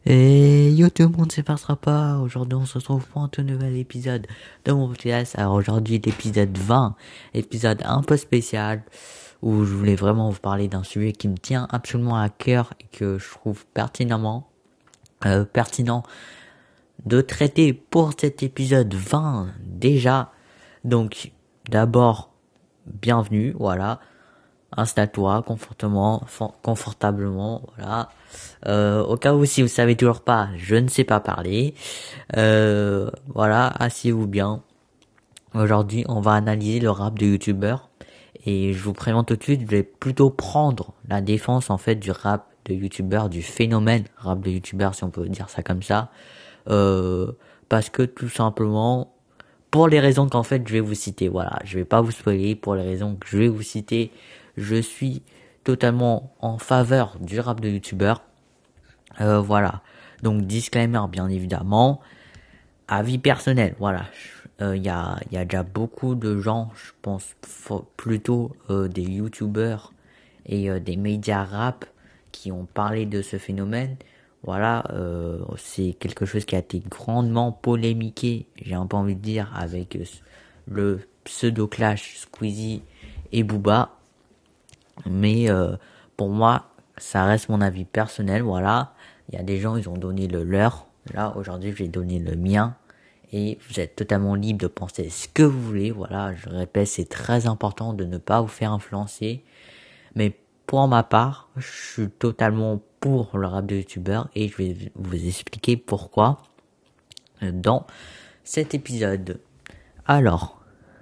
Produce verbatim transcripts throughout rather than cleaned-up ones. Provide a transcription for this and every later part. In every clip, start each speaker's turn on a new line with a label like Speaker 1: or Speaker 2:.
Speaker 1: Et yo tout le monde, c'est passera pas. Aujourd'hui, on se retrouve pour un tout nouvel épisode de mon podcast. Alors aujourd'hui, l'épisode vingt, épisode un peu spécial, où je voulais vraiment vous parler d'un sujet qui me tient absolument à cœur et que je trouve pertinemment, euh, pertinent de traiter pour cet épisode vingt déjà. Donc, d'abord, bienvenue, voilà. Installe-toi confortablement, confortablement, voilà. Euh, au cas où si vous savez toujours pas, je ne sais pas parler. Euh, voilà, asseyez-vous bien. Aujourd'hui, on va analyser le rap de youtubeurs. Et je vous préviens tout de suite, je vais plutôt prendre la défense en fait du rap de youtubeurs, du phénomène rap de youtubeurs si on peut dire ça comme ça. Euh, parce que tout simplement, pour les raisons qu'en fait je vais vous citer, voilà, je vais pas vous spoiler, pour les raisons que je vais vous citer, je suis totalement en faveur du rap de youtubeurs. Euh, voilà. Donc disclaimer bien évidemment. Avis personnel, voilà. Il euh, y a il y a déjà beaucoup de gens, je pense f- plutôt euh, des youtubeurs et euh, des médias rap qui ont parlé de ce phénomène. Voilà, euh, c'est quelque chose qui a été grandement polémiqué, j'ai un peu envie de dire, avec euh, le pseudo clash Squeezie et Booba. Mais euh, pour moi, ça reste mon avis personnel, voilà. Il y a des gens, ils ont donné le leur. Là, aujourd'hui, j'ai donné le mien. Et vous êtes totalement libre de penser ce que vous voulez. Voilà, je répète, c'est très important de ne pas vous faire influencer. Mais pour ma part, je suis totalement pour le rap de youtubeur et je vais vous expliquer pourquoi dans cet épisode. Alors,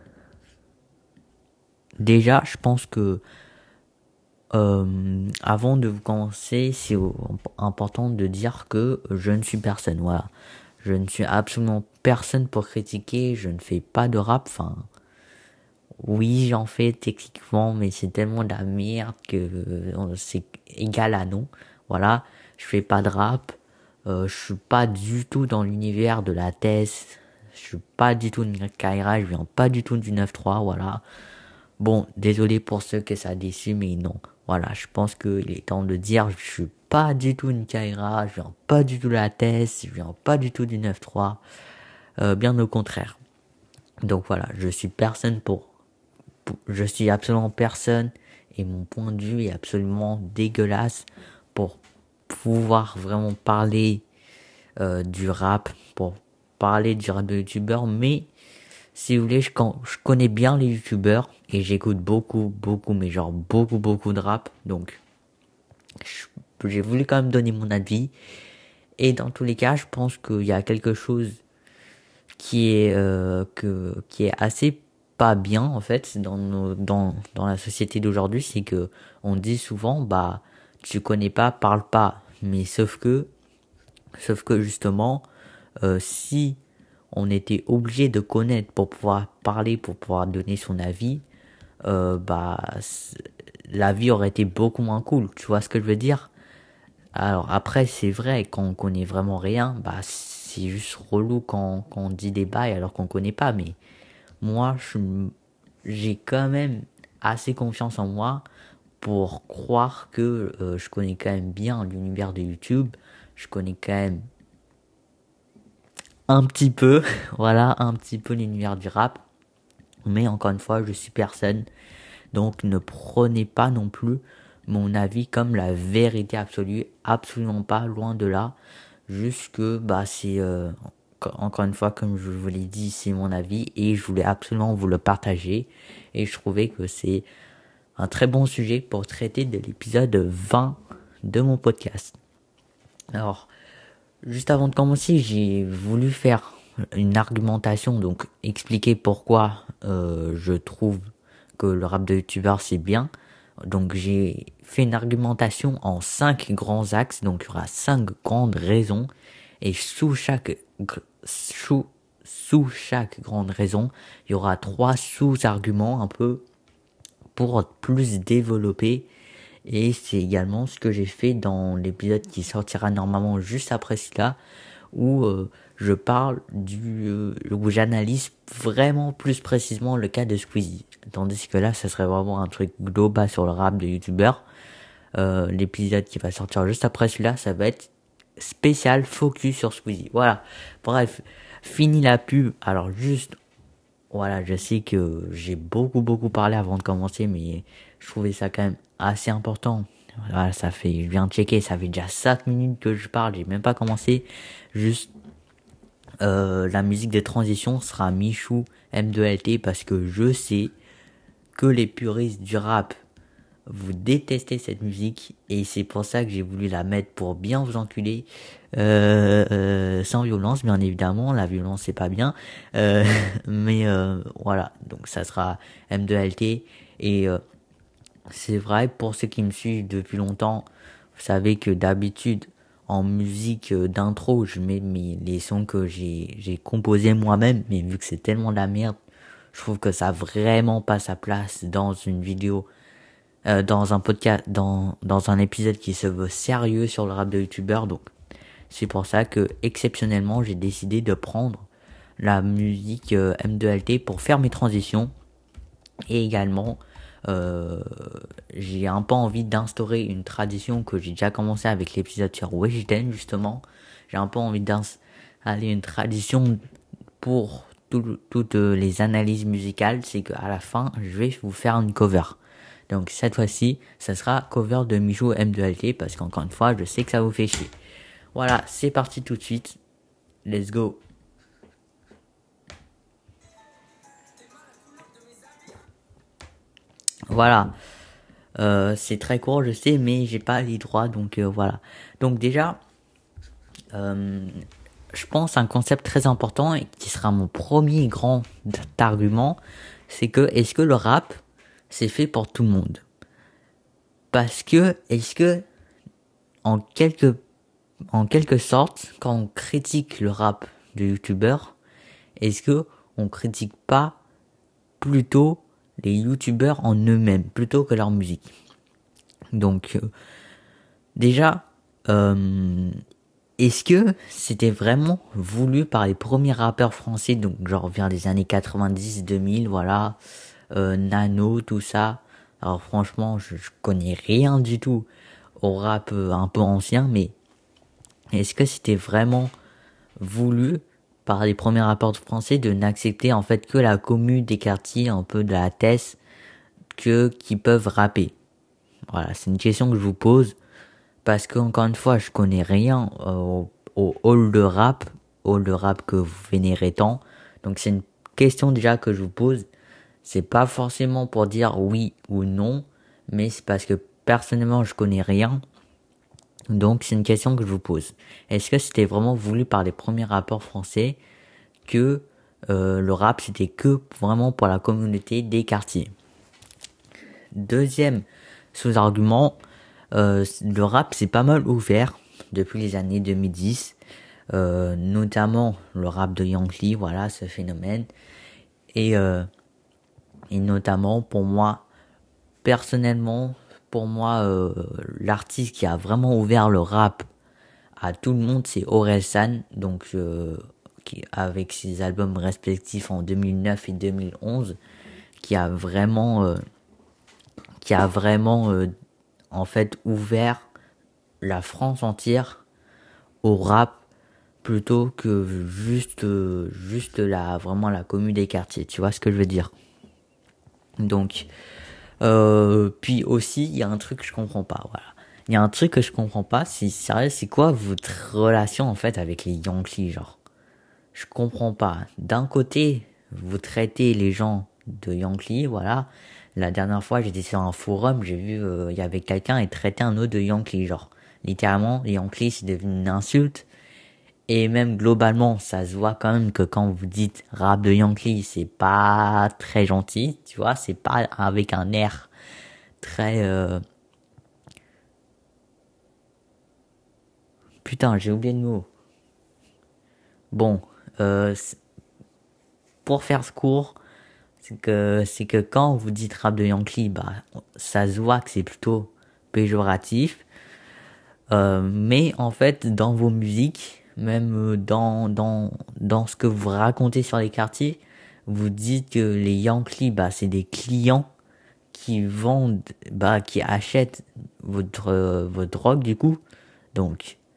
Speaker 1: déjà, je pense que Euh, avant de vous commencer, c'est important de dire que je ne suis personne, voilà. Je ne suis absolument personne pour critiquer, je ne fais pas de rap, enfin, oui, j'en fais techniquement, mais c'est tellement de la merde que euh, c'est égal à non. Voilà, je fais pas de rap, euh, je suis pas du tout dans l'univers de la thèse, je suis pas du tout de Kaira, je viens pas du tout du neuf trois, voilà. Bon, désolé pour ceux que ça a déçu, mais non. Voilà, je pense qu'il est temps de dire, je suis pas du tout une Kaira, je viens pas du tout de la thèse, je viens pas du tout du neuf trois, euh, bien au contraire. Donc voilà, je suis personne pour, pour, je suis absolument personne, et mon point de vue est absolument dégueulasse pour pouvoir vraiment parler euh, du rap, pour parler du rap de youtubeur, mais si vous voulez, je, je connais bien les youtubeurs et j'écoute beaucoup, beaucoup, mais genre beaucoup, beaucoup de rap. Donc, je- j'ai voulu quand même donner mon avis. Et dans tous les cas, je pense qu'il y a quelque chose qui est euh, que qui est assez pas bien en fait dans nos, dans dans la société d'aujourd'hui, c'est que on dit souvent bah tu connais pas, parle pas. Mais sauf que sauf que justement euh, si on était obligé de connaître pour pouvoir parler, pour pouvoir donner son avis, euh, bah la vie aurait été beaucoup moins cool. Tu vois ce que je veux dire? Alors après, c'est vrai, quand on connaît vraiment rien, bah c'est juste relou quand, quand on dit des bails alors qu'on connaît pas. Mais moi, je, j'ai quand même assez confiance en moi pour croire que euh, je connais quand même bien l'univers de YouTube. Je connais quand même un petit peu, voilà, un petit peu l'univers du rap. Mais encore une fois, je suis personne. Donc ne prenez pas non plus mon avis comme la vérité absolue. Absolument pas, loin de là. Juste que, bah, c'est, euh, encore une fois, comme je vous l'ai dit, c'est mon avis. Et je voulais absolument vous le partager. Et je trouvais que c'est un très bon sujet pour traiter de l'épisode vingt de mon podcast. Alors, juste avant de commencer, j'ai voulu faire une argumentation, donc expliquer pourquoi euh, je trouve que le rap de youtubeur c'est bien. Donc j'ai fait une argumentation en cinq grands axes, donc il y aura cinq grandes raisons, et sous chaque sous, sous chaque grande raison, il y aura trois sous-arguments un peu pour plus développer. Et c'est également ce que j'ai fait dans l'épisode qui sortira normalement juste après cela, où euh, je parle du, euh, où j'analyse vraiment plus précisément le cas de Squeezie. Tandis que là, ça serait vraiment un truc global sur le rap de youtubeur. Euh, l'épisode qui va sortir juste après celui-là, ça va être spécial focus sur Squeezie. Voilà. Bref, fini la pub. Alors juste, voilà, je sais que j'ai beaucoup beaucoup parlé avant de commencer, mais je trouvais ça quand même assez important. Voilà, ça fait, je viens de checker, ça fait déjà cinq minutes que je parle, j'ai même pas commencé. Juste, euh, la musique de transition sera Michou M deux L T parce que je sais que les puristes du rap, vous détestez cette musique et c'est pour ça que j'ai voulu la mettre pour bien vous enculer, euh, euh, sans violence bien évidemment, la violence c'est pas bien, euh, mais euh, voilà, donc ça sera M deux L T et euh, c'est vrai pour ceux qui me suivent depuis longtemps, vous savez que d'habitude en musique d'intro je mets mes, les sons que j'ai j'ai composés moi-même, mais vu que c'est tellement de la merde, je trouve que ça a vraiment pas sa place dans une vidéo. Euh, dans un podcast, dans, dans un épisode qui se veut sérieux sur le rap de youtubeur. Donc, c'est pour ça que, exceptionnellement, j'ai décidé de prendre la musique euh, M deux L T pour faire mes transitions. Et également, euh, j'ai un peu envie d'instaurer une tradition que j'ai déjà commencé avec l'épisode sur Weshden, justement. J'ai un peu envie d'installer une tradition pour tout, toutes les analyses musicales. C'est qu'à la fin, je vais vous faire une cover. Donc cette fois-ci, ça sera cover de Michou M deux L T parce qu'encore une fois, je sais que ça vous fait chier. Voilà, c'est parti tout de suite. Let's go. Voilà. Euh, c'est très court, je sais, mais j'ai pas les droits, donc euh, voilà. Donc déjà, euh, je pense un concept très important et qui sera mon premier grand argument, c'est que est-ce que le rap, c'est fait pour tout le monde? Parce que, est-ce que, en quelque, en quelque sorte, quand on critique le rap de youtubeurs, est-ce que on critique pas plutôt les youtubeurs en eux-mêmes, plutôt que leur musique? Donc, euh, déjà, euh, est-ce que c'était vraiment voulu par les premiers rappeurs français, donc genre vers les années quatre-vingt-dix, deux mille, voilà, euh, Nano, tout ça. Alors franchement, je, je connais rien du tout au rap euh, un peu ancien, mais est-ce que c'était vraiment voulu par les premiers rappeurs français de n'accepter en fait que la commu des quartiers, un peu de la Tess, que qui peuvent rapper? Voilà, c'est une question que je vous pose parce que encore une fois, je connais rien au, au hall de rap, hall de rap que vous vénérez tant. Donc c'est une question déjà que je vous pose. C'est pas forcément pour dire oui ou non, mais c'est parce que personnellement je connais rien. Donc c'est une question que je vous pose. Est-ce que c'était vraiment voulu par les premiers rappeurs français que euh, le rap c'était que vraiment pour la communauté des quartiers? Deuxième sous-argument, euh, le rap c'est pas mal ouvert depuis les années deux mille dix, euh, notamment le rap de Yankee, voilà ce phénomène. Et euh, Et notamment, pour moi, personnellement, pour moi, euh, l'artiste qui a vraiment ouvert le rap à tout le monde, c'est Orelsan. Donc, euh, qui, avec ses albums respectifs en deux mille neuf et deux mille onze, qui a vraiment, euh, qui a vraiment, euh, en fait, ouvert la France entière au rap plutôt que juste, euh, juste la, vraiment la commune des quartiers. Tu vois ce que je veux dire? Donc, Euh, puis aussi, il y a un truc que je comprends pas, voilà. Il y a un truc que je comprends pas, c'est sérieux, c'est quoi votre relation en fait avec les Yankees, genre? Je comprends pas. D'un côté, vous traitez les gens de Yankees, voilà. La dernière fois, j'étais sur un forum, j'ai vu, euh, il y avait quelqu'un et traitait un autre de Yankees, genre. Littéralement, les Yankees, c'est devenu une insulte. Et même globalement, ça se voit quand même que quand vous dites rap de Yankee, c'est pas très gentil, tu vois, c'est pas avec un air très... Euh... Putain, j'ai oublié le mot. Bon, euh, pour faire ce court, c'est que, c'est que quand vous dites rap de Yankee, bah, ça se voit que c'est plutôt péjoratif. Euh, mais en fait, dans vos musiques, même dans, dans, dans ce que vous racontez sur les quartiers, vous dites que les Yankees, bah, c'est des clients qui vendent, bah, qui achètent votre, euh, votre drogue, du coup. Donc,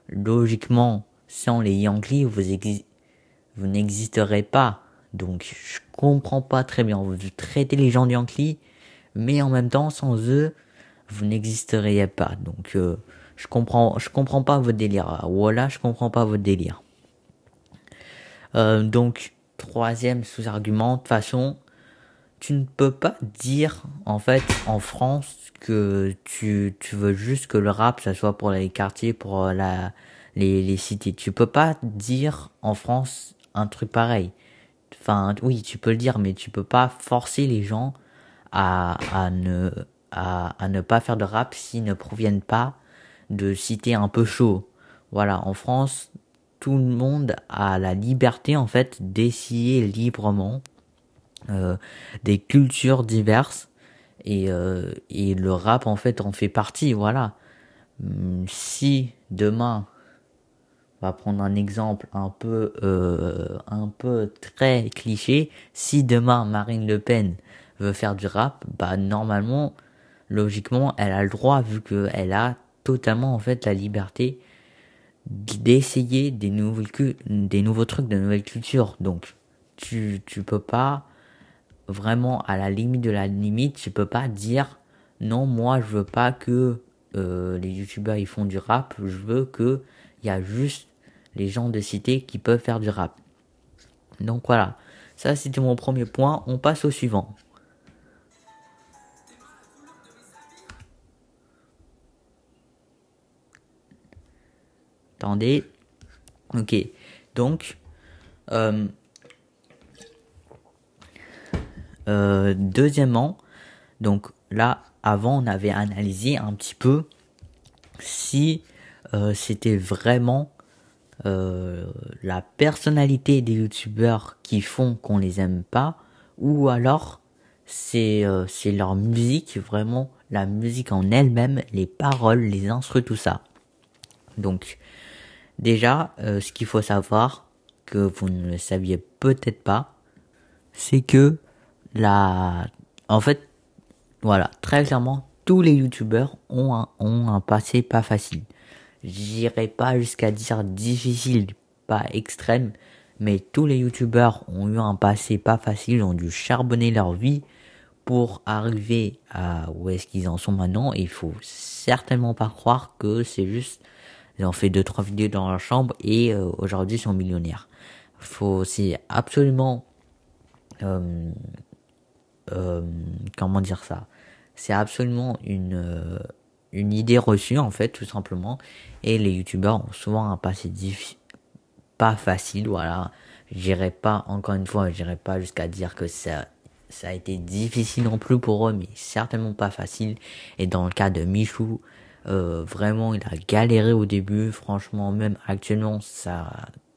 Speaker 1: logiquement, sans les Yankees, vous, exi- vous n'existerez pas. Donc, je comprends pas très bien. Vous traitez les gens de Yankees, mais en même temps, sans eux, vous n'existeriez pas. Donc, euh, je comprends, je comprends pas votre délire. Voilà, je comprends pas votre délire. Euh, donc, troisième sous-argument, de toute façon, tu ne peux pas dire, en fait, en France, que tu, tu veux juste que le rap, ça soit pour les quartiers, pour la, les, les cités. Tu peux pas dire, en France, un truc pareil. Enfin, oui, tu peux le dire, mais tu peux pas forcer les gens à, à ne, à, à ne pas faire de rap s'ils ne proviennent pas de cités un peu chauds. Voilà, en France, tout le monde a la liberté, en fait, d'essayer librement euh, des cultures diverses et euh, et le rap en fait en fait partie. Voilà. Hum, si demain, on va prendre un exemple un peu euh, un peu très cliché, si demain Marine Le Pen veut faire du rap, bah normalement, logiquement, elle a le droit vu que elle a totalement en fait la liberté d'essayer des nouvelles cu- des nouveaux trucs, de nouvelles cultures. Donc tu tu peux pas vraiment à la limite de la limite, je peux pas dire non, moi je veux pas que euh, les youtubeurs ils font du rap, je veux que il y a juste les gens de cité qui peuvent faire du rap. Donc voilà, ça c'était mon premier point, on passe au suivant. Attendez. Ok, donc euh, euh, deuxièmement, donc là avant on avait analysé un petit peu si euh, c'était vraiment euh, la personnalité des youtubeurs qui font qu'on les aime pas, ou alors c'est euh, c'est leur musique, vraiment la musique en elle-même, les paroles, les instrus, tout ça. Donc déjà, euh, ce qu'il faut savoir, que vous ne le saviez peut-être pas, c'est que la en fait, voilà, très clairement, tous les youtubeurs ont un, ont un passé pas facile. J'irai pas jusqu'à dire difficile, pas extrême, mais tous les youtubeurs ont eu un passé pas facile, ont dû charbonner leur vie pour arriver à où est-ce qu'ils en sont maintenant. Et il faut certainement pas croire que c'est juste, ils ont fait deux trois vidéos dans leur chambre et euh, aujourd'hui ils sont millionnaires. Faut, c'est absolument, euh, euh, comment dire ça? C'est absolument une euh, une idée reçue en fait, tout simplement. Et les youtubeurs ont souvent un passé difficile, pas facile, voilà. J'irai pas, encore une fois, j'irai pas jusqu'à dire que ça ça a été difficile non plus pour eux, mais certainement pas facile. Et dans le cas de Michou, euh, vraiment il a galéré au début, franchement, même actuellement ça,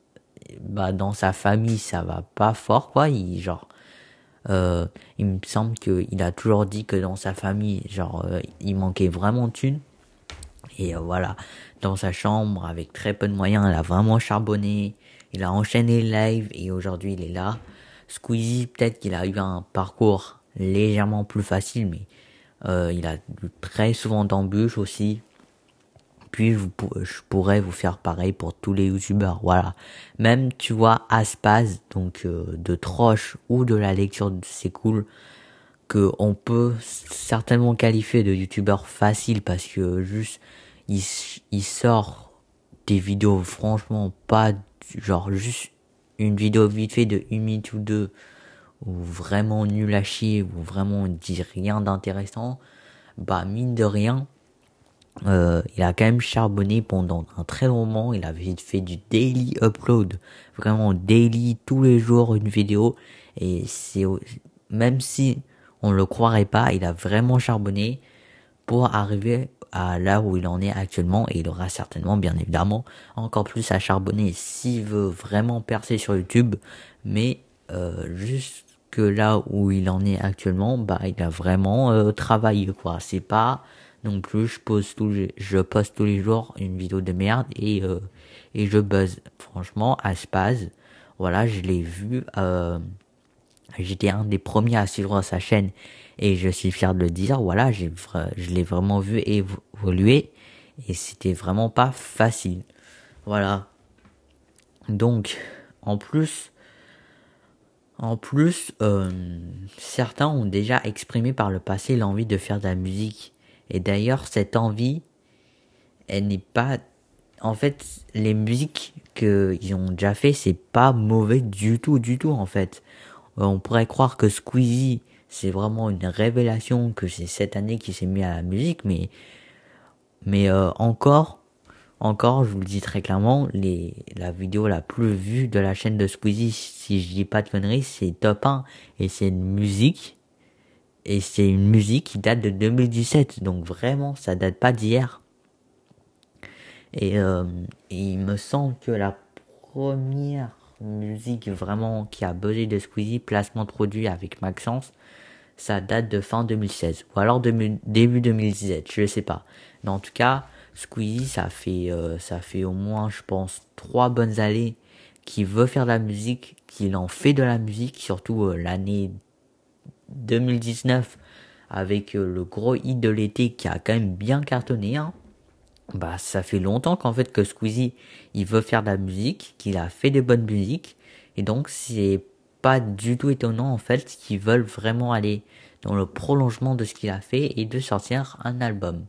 Speaker 1: bah dans sa famille ça va pas fort quoi, il genre euh, il me semble qu'il a toujours dit que dans sa famille, genre, euh, il manquait vraiment de thunes. Et euh, voilà, dans sa chambre, avec très peu de moyens, il a vraiment charbonné. Il a enchaîné le live et aujourd'hui, il est là. Squeezie, peut-être qu'il a eu un parcours légèrement plus facile, mais euh, il a eu très souvent d'embûches aussi. Puis je, je pourrais vous faire pareil pour tous les youtubeurs, voilà. Même tu vois Aspaz, donc euh, de Troche ou de la lecture, c'est cool, que on peut certainement qualifier de youtubeur facile parce que juste il, il sort des vidéos franchement pas genre juste une vidéo vite fait de une minute ou deux ou vraiment nul à chier ou vraiment on dit rien d'intéressant, bah mine de rien euh, il a quand même charbonné pendant un très long moment. Il avait fait du daily upload, vraiment daily, tous les jours une vidéo. Et c'est même si on le croirait pas, il a vraiment charbonné pour arriver à là où il en est actuellement. Et il aura certainement, bien évidemment, encore plus à charbonner s'il veut vraiment percer sur YouTube. Mais euh, juste que là où il en est actuellement, bah il a vraiment euh, travaillé quoi. C'est pas non plus je pose tous les, je poste tous les jours une vidéo de merde et euh, et je buzz. Franchement, Aspaz, voilà, je l'ai vu, euh, j'étais un des premiers à suivre sa chaîne et je suis fier de le dire. Voilà, j'ai je l'ai vraiment vu évoluer et c'était vraiment pas facile. Voilà. Donc, en plus, en plus, euh, certains ont déjà exprimé par le passé l'envie de faire de la musique. Et d'ailleurs, cette envie, elle n'est pas... En fait, les musiques qu'ils ont déjà fait, c'est pas mauvais du tout, du tout, en fait. Euh, on pourrait croire que Squeezie, c'est vraiment une révélation, que c'est cette année qu'il s'est mis à la musique, mais, mais euh, encore, encore, je vous le dis très clairement, les, la vidéo la plus vue de la chaîne de Squeezie, si je dis pas de conneries, c'est top un. Et c'est une musique, et c'est une musique qui date de deux mille dix-sept. Donc vraiment, ça date pas d'hier. Et, euh, et il me semble que la première musique vraiment qui a buzzé de Squeezie, placement de produit avec Maxence, ça date de fin deux mille seize. Ou alors début deux mille dix-sept, je sais pas. Mais en tout cas, Squeezie, ça fait, euh, ça fait au moins, je pense, trois bonnes années qu'il veut faire de la musique, qu'il en fait de la musique, surtout euh, l'année deux mille dix-neuf, avec euh, le gros hit de l'été qui a quand même bien cartonné, hein. Bah, ça fait longtemps qu'en fait que Squeezie, il veut faire de la musique, qu'il a fait des bonnes musiques, et donc c'est pas du tout étonnant en fait qu'ils veulent vraiment aller dans le prolongement de ce qu'il a fait et de sortir un album.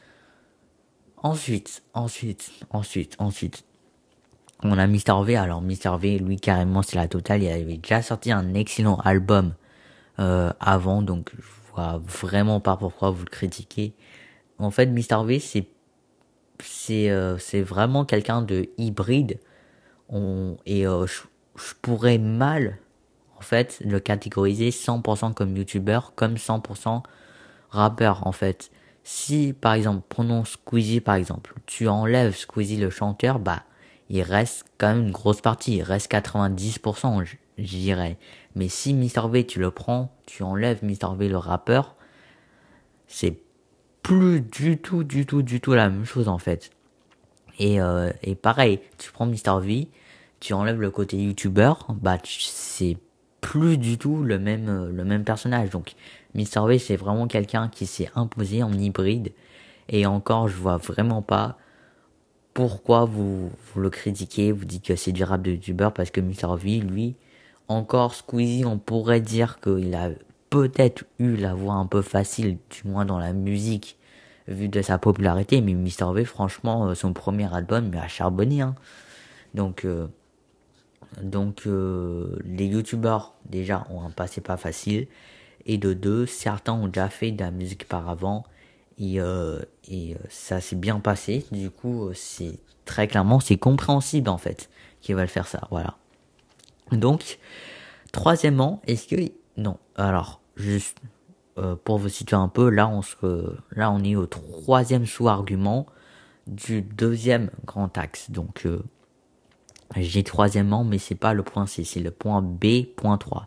Speaker 1: Ensuite, ensuite, ensuite, ensuite, on a Mister V. Alors Mister V, lui carrément c'est la totale, il avait déjà sorti un excellent album euh, avant, donc je vois vraiment pas pourquoi vous le critiquez. En fait, Mister V, c'est c'est euh, c'est vraiment quelqu'un de hybride. On, et euh, je, je pourrais mal en fait le catégoriser cent pour cent comme youtubeur, comme cent pour cent rappeur en fait. Si par exemple, prenons Squeezie par exemple, tu enlèves Squeezie le chanteur, bah il reste quand même une grosse partie, il reste quatre-vingt-dix pour cent, je dirais. Mais si Mister V tu le prends, tu enlèves Mister V le rappeur, c'est plus du tout, du tout, du tout la même chose en fait. Et, euh, et pareil, tu prends Mister V, tu enlèves le côté youtubeur, bah c'est plus du tout le même euh, le même personnage. Donc Mister V c'est vraiment quelqu'un qui s'est imposé en hybride. Et encore, je vois vraiment pas pourquoi vous, vous le critiquez, vous dites que c'est du rap de youtubeur, parce que Mister V, lui, encore Squeezie, on pourrait dire qu'il a peut-être eu la voix un peu facile, du moins dans la musique, vu de sa popularité, mais Mister V, franchement, euh, son premier album, il a charbonné, hein. Donc, euh, donc euh, les youtubeurs, déjà, ont un passé pas facile, et de deux, certains ont déjà fait de la musique par avant, et, euh, et euh, ça s'est bien passé, du coup, euh, c'est très clairement, c'est compréhensible, en fait, qu'ils veulent faire ça, voilà. Donc, troisièmement, est-ce que... Non, alors, juste... Euh, pour vous situer un peu, là on se, là on est au troisième sous-argument du deuxième grand axe. Donc euh, j'ai troisièmement, mais c'est pas le point C, c'est le point B, point trois.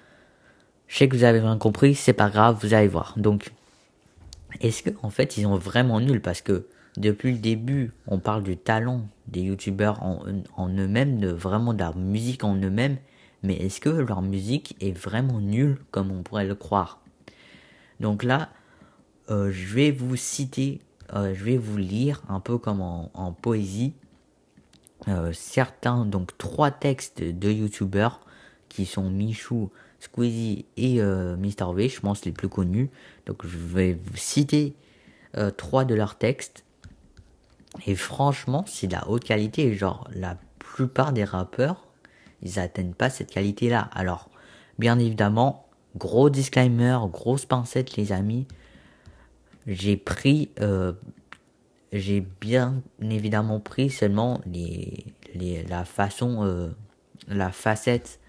Speaker 1: Je sais que vous avez rien compris, c'est pas grave, vous allez voir. Donc, est-ce que en fait ils sont vraiment nuls, parce que depuis le début, on parle du talent des youtubeurs en, en eux-mêmes, de vraiment de leur musique en eux-mêmes, mais est-ce que leur musique est vraiment nulle comme on pourrait le croire? Donc là, euh, je vais vous citer, euh, je vais vous lire un peu comme en, en poésie, euh, certains, donc trois textes de youtubeurs qui sont Michou, Squeezie et euh, Mister V, je pense les plus connus. Donc je vais vous citer euh, trois de leurs textes. Et franchement, c'est de la haute qualité. Genre, la plupart des rappeurs, ils atteignent pas cette qualité-là. Alors, bien évidemment, gros disclaimer, grosse pincette les amis. J'ai pris, euh, j'ai bien évidemment pris seulement les, les, la façon, euh, la facette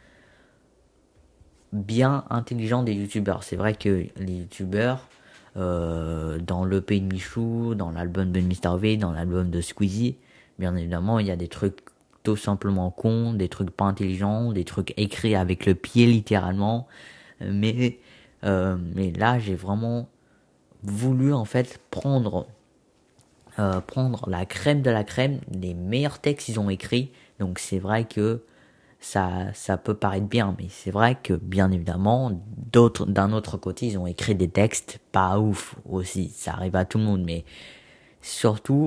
Speaker 1: bien intelligente des youtubeurs. C'est vrai que les youtubeurs, euh, dans l'E P de Michou, dans l'album de Mister V, dans l'album de Squeezie, bien évidemment, il y a des trucs tout simplement cons, des trucs pas intelligents, des trucs écrits avec le pied littéralement. Mais, euh, mais là, j'ai vraiment voulu en fait prendre euh, prendre la crème de la crème, les meilleurs textes qu'ils ont écrits. Donc c'est vrai que ça ça peut paraître bien, mais c'est vrai que bien évidemment d'autres d'un autre côté ils ont écrit des textes pas ouf aussi, ça arrive à tout le monde, mais surtout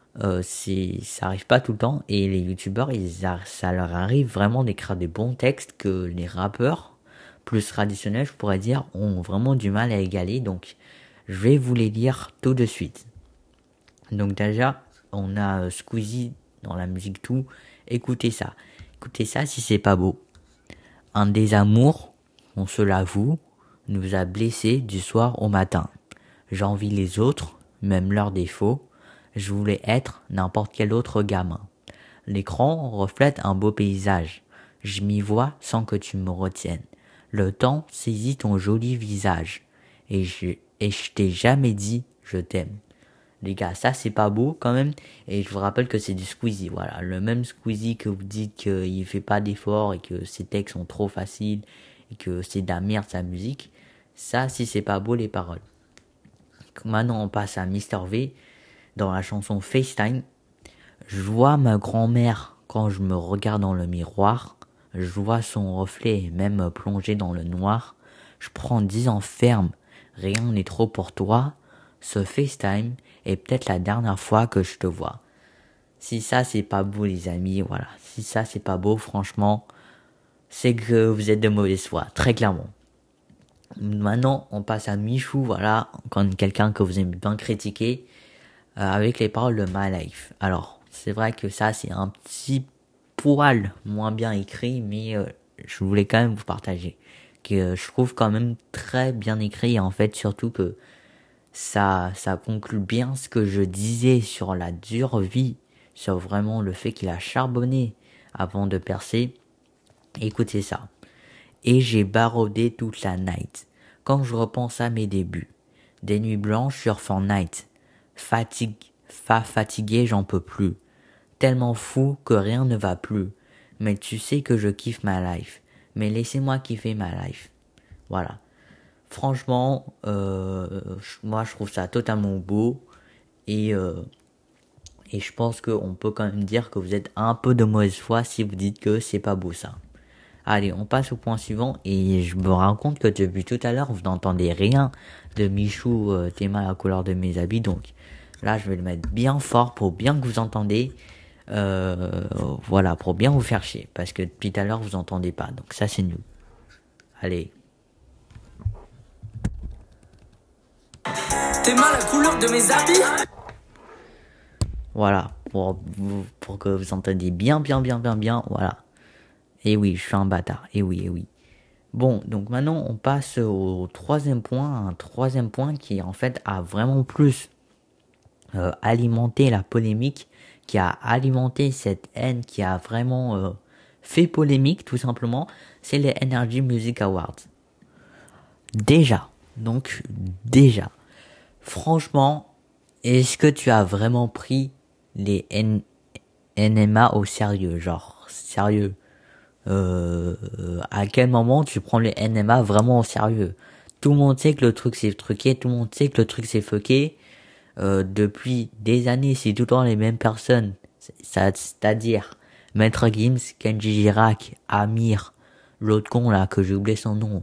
Speaker 1: euh, c'est, ça arrive pas tout le temps, et les youtubeurs, ils a- ça leur arrive vraiment d'écrire des bons textes que les rappeurs, plus traditionnels, je pourrais dire, ont vraiment du mal à égaler, donc je vais vous les lire tout de suite. Donc déjà, on a euh, Squeezie dans la musique tout, écoutez ça, écoutez ça si c'est pas beau. Un désamour, on se l'avoue, nous a blessés du soir au matin. J'envie les autres, même leurs défauts. Je voulais être n'importe quel autre gamin. L'écran reflète un beau paysage. Je m'y vois sans que tu me retiennes. Le temps saisit ton joli visage. Et je, et je t'ai jamais dit je t'aime. Les gars, ça c'est pas beau quand même. Et je vous rappelle que c'est du Squeezie. Voilà, le même Squeezie que vous dites qu'il fait pas d'efforts et que ses textes sont trop faciles et que c'est de la merde sa musique. Ça, si c'est pas beau les paroles. Maintenant, on passe à mister V dans la chanson FaceTime. Je vois ma grand-mère quand je me regarde dans le miroir. Je vois son reflet même plongé dans le noir. Je prends dix ans ferme. Rien n'est trop pour toi. Ce FaceTime est peut-être la dernière fois que je te vois. Si ça c'est pas beau les amis, voilà. Si ça c'est pas beau, franchement, c'est que vous êtes de mauvaise foi, très clairement. Maintenant, on passe à Michou, voilà, quand quelqu'un que vous aimez bien critiquer, euh, avec les paroles de My Life. Alors, c'est vrai que ça, c'est un petit poil moins bien écrit, mais euh, je voulais quand même vous partager. Que euh, je trouve quand même très bien écrit, et en fait, surtout que ça, ça conclut bien ce que je disais sur la dure vie, sur vraiment le fait qu'il a charbonné avant de percer. Écoutez ça. Et j'ai baroudé toute la night. Quand je repense à mes débuts. Des nuits blanches sur Fortnite. Fatigue, fa fatigué, j'en peux plus. Tellement fou que rien ne va plus. Mais tu sais que je kiffe ma life. Mais laissez-moi kiffer ma life. Voilà. Franchement, euh, moi je trouve ça totalement beau. Et, euh, et je pense qu'on peut quand même dire que vous êtes un peu de mauvaise foi si vous dites que c'est pas beau ça. Allez, on passe au point suivant et je me rends compte que depuis tout à l'heure, vous n'entendez rien de Michou, euh, T'es mal à la couleur de mes habits. Donc là, je vais le mettre bien fort pour bien que vous entendez. Euh, voilà, pour bien vous faire chier. Parce que depuis tout à l'heure, vous entendez pas. Donc ça, c'est nul. Allez. T'es mal à la couleur de mes habits. Voilà, pour, pour que vous entendiez bien, bien, bien, bien, bien. Voilà. Et oui, je suis un bâtard. Et oui, et oui. Bon, donc maintenant on passe au troisième point, un troisième point qui en fait a vraiment plus euh, alimenté la polémique, qui a alimenté cette haine, qui a vraiment euh, fait polémique tout simplement, c'est les Energy Music Awards. Déjà, donc déjà, franchement, est-ce que tu as vraiment pris les N- NMA au sérieux, genre sérieux? Euh, à quel moment tu prends les N M A vraiment au sérieux? Tout le monde sait que le truc c'est truqué, tout le monde sait que le truc c'est fucké. Euh, depuis des années, c'est tout le temps les mêmes personnes. Ça, c'est-à-dire Maître Gims, Kenji Girac, Amir, l'autre con là que j'ai oublié son nom,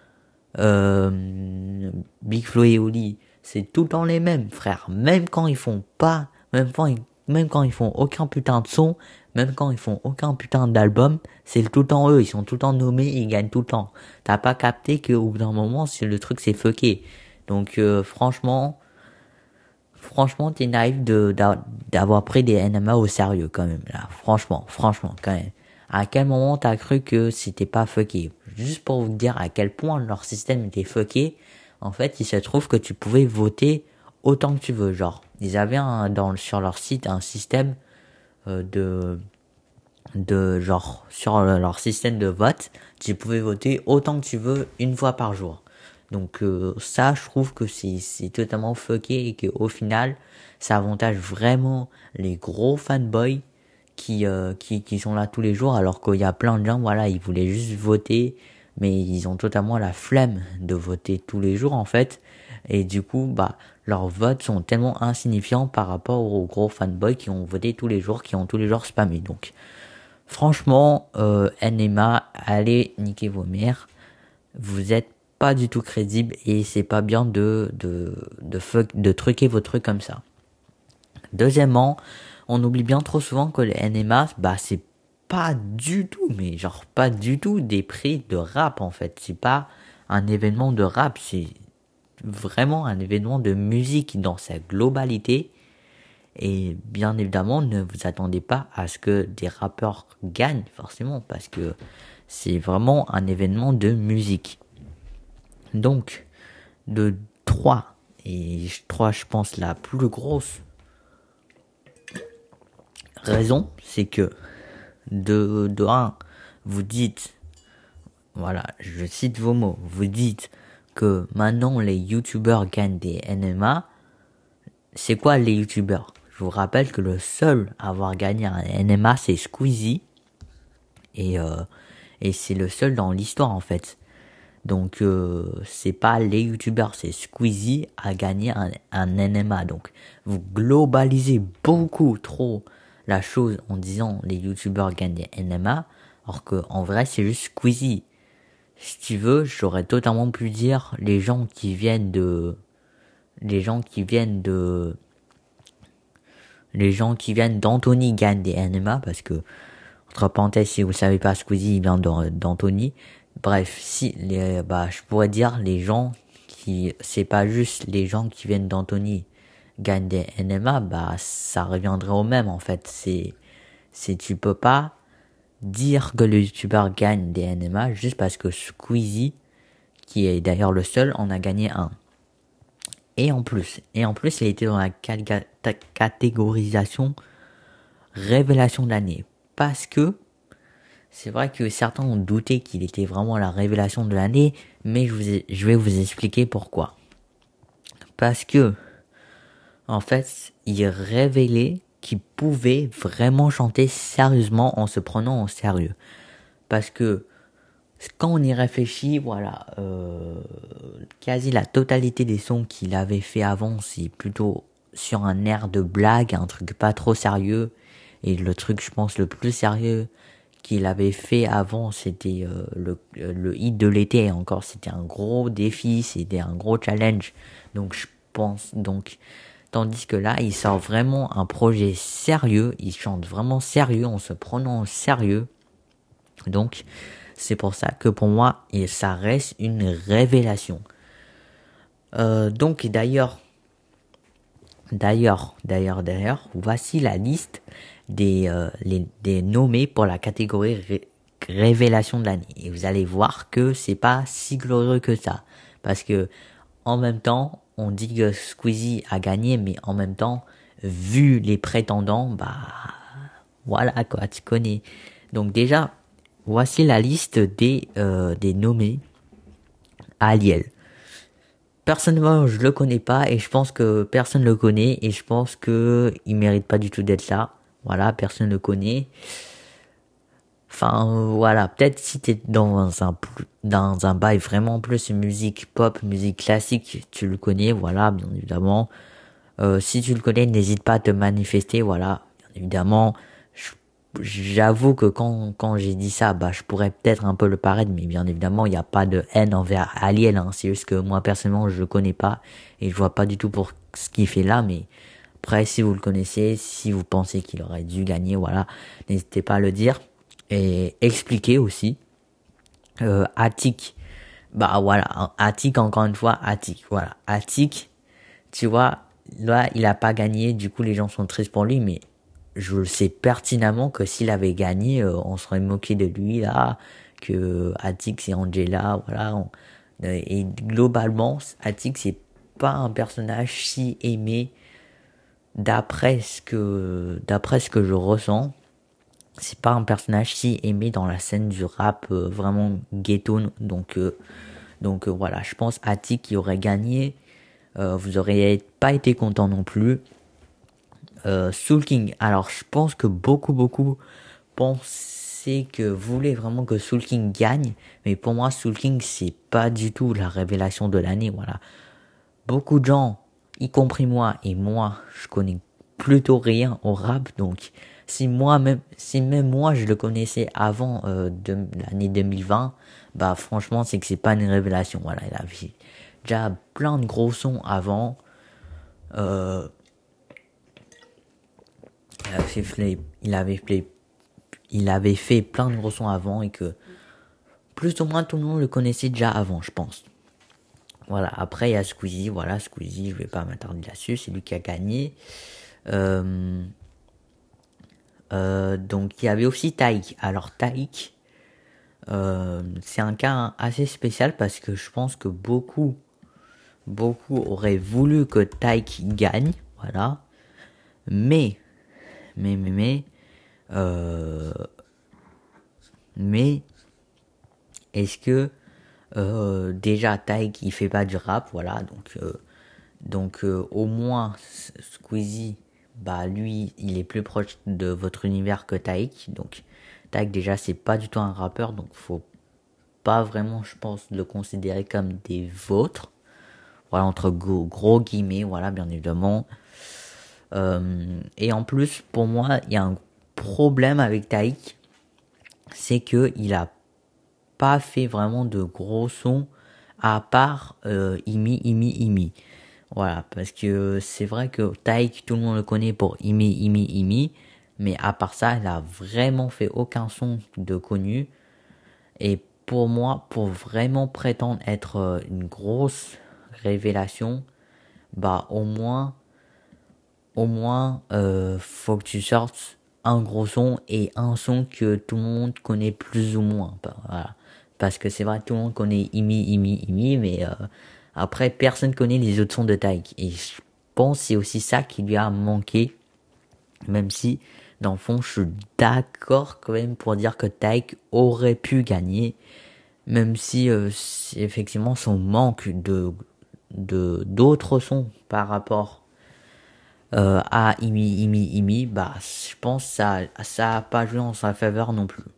Speaker 1: euh, Big Flo et Oli. C'est tout le temps les mêmes, frère. Même quand ils font pas, même quand ils, même quand ils font aucun putain de son, même quand ils font aucun putain d'album, c'est tout le temps eux, ils sont tout le temps nommés, ils gagnent tout le temps. T'as pas capté qu'au bout d'un moment, c'est le truc c'est fucké. Donc euh, franchement, franchement, t'es naïf de d'avoir pris des N M A au sérieux quand même là. Franchement, franchement quand même. À quel moment t'as cru que c'était pas fucké? Juste pour vous dire à quel point leur système était fucké. En fait, il se trouve que tu pouvais voter autant que tu veux. Genre, ils avaient un, dans sur leur site un système euh, de de genre sur leur système de vote, tu pouvais voter autant que tu veux une fois par jour. Donc euh, ça, je trouve que c'est c'est totalement fucké et que au final, ça avantage vraiment les gros fanboys qui euh, qui qui sont là tous les jours, alors qu'il y a plein de gens, voilà, ils voulaient juste voter, mais ils ont totalement la flemme de voter tous les jours en fait, et du coup, bah leurs votes sont tellement insignifiants par rapport aux gros fanboys qui ont voté tous les jours, qui ont tous les jours spammé. Donc franchement, euh, N M A, allez niquer vos mères. Vous êtes pas du tout crédible et c'est pas bien de de de fuck, de truquer vos trucs comme ça. Deuxièmement, on oublie bien trop souvent que les N M A, bah c'est pas du tout, mais genre pas du tout des prix de rap en fait. C'est pas un événement de rap, c'est vraiment un événement de musique dans sa globalité. Et bien évidemment, ne vous attendez pas à ce que des rappeurs gagnent forcément, parce que c'est vraiment un événement de musique. Donc, de trois, et trois je pense la plus grosse raison, c'est que de, de un, vous dites, voilà, je cite vos mots, vous dites que maintenant les youtubeurs gagnent des N M A. C'est quoi les youtubeurs? Je vous rappelle que le seul à avoir gagné un N M A, c'est Squeezie. Et, euh, et c'est le seul dans l'histoire, en fait. Donc, euh, c'est pas les youtubeurs, c'est Squeezie a gagné un, un N M A. Donc, vous globalisez beaucoup trop la chose en disant les youtubeurs gagnent des N M A. Alors que, en vrai, c'est juste Squeezie. Si tu veux, j'aurais totalement pu dire les gens qui viennent de... Les gens qui viennent de... Les gens qui viennent d'Anthony gagnent des N M A parce que, entre parenthèses, si vous savez pas, Squeezie vient d'Anthony. Bref, si, les, bah, je pourrais dire les gens qui, c'est pas juste les gens qui viennent d'Anthony gagnent des N M A, bah, ça reviendrait au même, en fait. C'est, c'est, tu peux pas dire que le youtubeur gagne des N M A juste parce que Squeezie, qui est d'ailleurs le seul, en a gagné un. Et en plus, et en plus, il était dans la catégorisation révélation de l'année. Parce que, c'est vrai que certains ont douté qu'il était vraiment la révélation de l'année, mais je, vous ai, je vais vous expliquer pourquoi. Parce que, en fait, il révélait qu'il pouvait vraiment chanter sérieusement en se prenant au sérieux. Parce que, quand on y réfléchit, voilà, euh, quasi la totalité des sons qu'il avait fait avant, c'est plutôt sur un air de blague, un truc pas trop sérieux. Et le truc, je pense, le plus sérieux qu'il avait fait avant, c'était euh, le, le hit de l'été. Et encore, c'était un gros défi, c'était un gros challenge. Donc, je pense, donc, tandis que là, il sort vraiment un projet sérieux, il chante vraiment sérieux, en se prenant au sérieux. Donc, c'est pour ça que pour moi, ça reste une révélation. Euh, donc d'ailleurs, d'ailleurs, d'ailleurs, d'ailleurs, voici la liste des, euh, les, des nommés pour la catégorie ré- révélation de l'année. Et vous allez voir que c'est pas si glorieux que ça. Parce que, en même temps, on dit que Squeezie a gagné, mais en même temps, vu les prétendants, bah, voilà quoi, tu connais. Donc déjà, voici la liste des, euh, des nommés à Aliel. Personnellement, je le connais pas et je pense que personne le connaît et je pense que il mérite pas du tout d'être là. Voilà, personne le connaît. Enfin, voilà, peut-être si t'es dans un, dans un bail vraiment plus musique pop, musique classique, tu le connais, voilà, bien évidemment. Euh, si tu le connais, n'hésite pas à te manifester, voilà, bien évidemment. J'avoue que quand quand j'ai dit ça, bah je pourrais peut-être un peu le paraître, mais bien évidemment il n'y a pas de haine envers Aliel, hein. C'est juste que moi personnellement je le connais pas et je vois pas du tout pour ce qu'il fait là, mais après si vous le connaissez, si vous pensez qu'il aurait dû gagner, voilà, n'hésitez pas à le dire et expliquer aussi. Euh, Attic, bah voilà, Attic encore une fois, Attic, voilà, Attic, tu vois, là il a pas gagné, du coup les gens sont tristes pour lui, mais je le sais pertinemment que s'il avait gagné, euh, on serait moqué de lui là, que Attic et Angela, voilà. On, euh, et globalement, Attic c'est pas un personnage si aimé d'après ce que d'après ce que je ressens. C'est pas un personnage si aimé dans la scène du rap euh, vraiment ghetto, donc euh, donc euh, voilà, je pense Attic qui aurait gagné, euh, vous auriez pas été content non plus. Euh, Soul King. Alors, je pense que beaucoup, beaucoup pensaient que voulaient vraiment que Soul King gagne, mais pour moi, Soul King, c'est pas du tout la révélation de l'année, voilà. Beaucoup de gens, y compris moi, et moi, je connais plutôt rien au rap, donc si moi même, si même moi je le connaissais avant euh, de l'année deux mille vingt, bah franchement, c'est que c'est pas une révélation, voilà. Il avait déjà plein de gros sons avant. Euh, avait fait, il avait fait, il avait fait plein de gros sons avant et que plus ou moins tout le monde le connaissait déjà avant, je pense. Voilà, après il y a Squeezie, voilà, Squeezie, je vais pas m'attarder là-dessus, c'est lui qui a gagné. Euh, euh, donc il y avait aussi Taïk. Alors Taïk, euh, c'est un cas assez spécial parce que je pense que beaucoup, beaucoup auraient voulu que Taïk gagne, voilà. Mais, mais, mais, mais, euh, mais, est-ce que euh, déjà Taïk il fait pas du rap, voilà, donc euh, donc euh, au moins Squeezie, bah lui il est plus proche de votre univers que Taïk, donc Taïk déjà c'est pas du tout un rappeur, donc faut pas vraiment je pense le considérer comme des vôtres, voilà entre gros, gros guillemets, voilà bien évidemment. Euh, et en plus pour moi il y a un problème avec Taïk, c'est que il a pas fait vraiment de gros sons à part euh, Imi Imi Imi. Voilà, parce que c'est vrai que Taïk, tout le monde le connaît pour Imi Imi Imi, mais à part ça, elle a vraiment fait aucun son de connu. Et pour moi, pour vraiment prétendre être une grosse révélation, bah au moins, au moins, euh, faut que tu sortes un gros son et un son que tout le monde connaît plus ou moins. Voilà. Parce que c'est vrai que tout le monde connaît Imi, Imi, Imi, mais euh, après, personne connaît les autres sons de Taïk. Et je pense que c'est aussi ça qui lui a manqué. Même si, dans le fond, je suis d'accord quand même pour dire que Taïk aurait pu gagner. Même si, euh, c'est effectivement, son manque de, de, d'autres sons par rapport euh, à Imi, Imi, Imi, bah, je pense que ça, ça a pas joué en sa faveur non plus.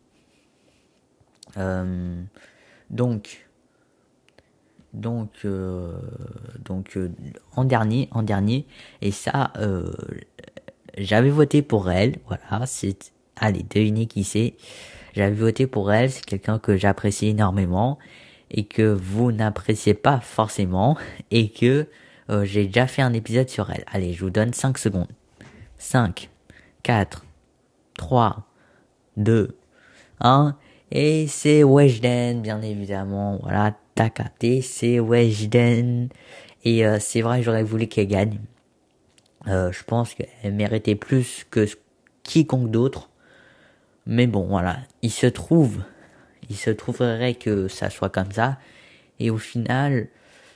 Speaker 1: Euh, donc, donc, euh, donc, euh, en dernier, en dernier, et ça, euh, j'avais voté pour elle, voilà, c'est, allez, devinez qui c'est. J'avais voté pour elle, c'est quelqu'un que j'apprécie énormément et que vous n'appréciez pas forcément et que euh, j'ai déjà fait un épisode sur elle. Allez, je vous donne cinq secondes. cinq, quatre, trois, deux, un, et c'est Weshden, bien évidemment. Voilà, t'as capté, c'est Weshden. Et euh, c'est vrai, j'aurais voulu qu'elle gagne. Euh, je pense qu'elle méritait plus que quiconque d'autre. Mais bon, voilà, il se trouve, il se trouverait que ça soit comme ça. Et au final,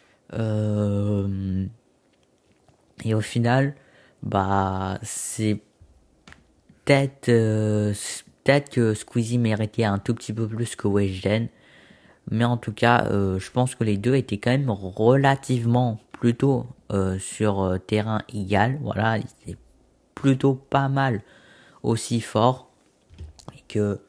Speaker 1: euh, et au final, bah, c'est peut-être, euh, peut-être que Squeezie méritait un tout petit peu plus que Weshden. Mais en tout cas, euh, je pense que les deux étaient quand même relativement plutôt euh, sur euh, terrain égal. Voilà, ils étaient plutôt pas mal aussi forts. Et que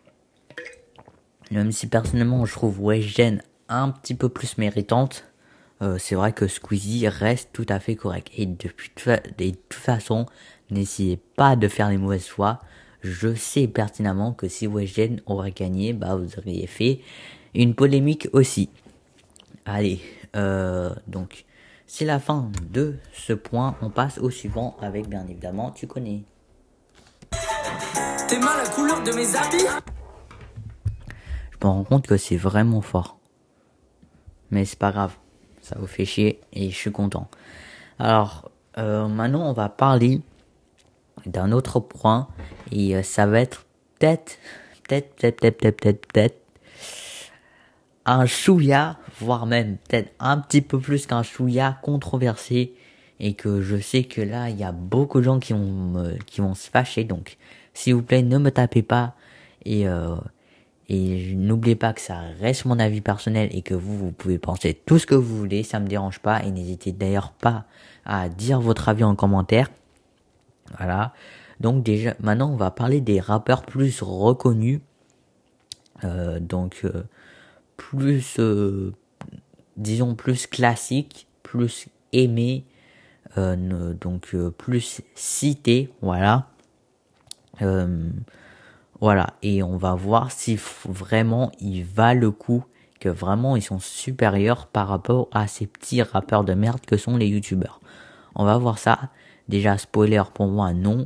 Speaker 1: même si personnellement je trouve Weshden un petit peu plus méritante, euh, c'est vrai que Squeezie reste tout à fait correct. Et depuis de toute façon, n'essayez pas de faire les mauvaises choix. Je sais pertinemment que si Weshden aurait gagné, bah vous auriez fait une polémique aussi. Allez, euh, donc c'est la fin de ce point. On passe au suivant avec bien évidemment, tu connais. T'es mal la couleur de mes habits? Je me rends compte que c'est vraiment fort. Mais c'est pas grave. Ça vous fait chier et je suis content. Alors, euh, maintenant on va parler d'un autre point. Et euh, ça va être peut-être, peut-être, peut-être, peut-être, peut-être, peut-être, peut-être un chouïa, voire même peut-être un petit peu plus qu'un chouïa controversé. Et que je sais que là, il y a beaucoup de gens qui vont, me, qui vont se fâcher. Donc, s'il vous plaît, ne me tapez pas. Et... Euh, Et n'oubliez pas que ça reste mon avis personnel et que vous, vous pouvez penser tout ce que vous voulez, ça me dérange pas. Et n'hésitez d'ailleurs pas à dire votre avis en commentaire. Voilà. Donc déjà, maintenant on va parler des rappeurs plus reconnus. Euh, donc euh, plus, euh, disons plus classiques, plus aimés, euh, donc euh, plus cités. Voilà. Euh, Voilà, et on va voir si vraiment il va le coup, que vraiment ils sont supérieurs par rapport à ces petits rappeurs de merde que sont les youtubeurs. On va voir ça. Déjà, spoiler pour moi, non.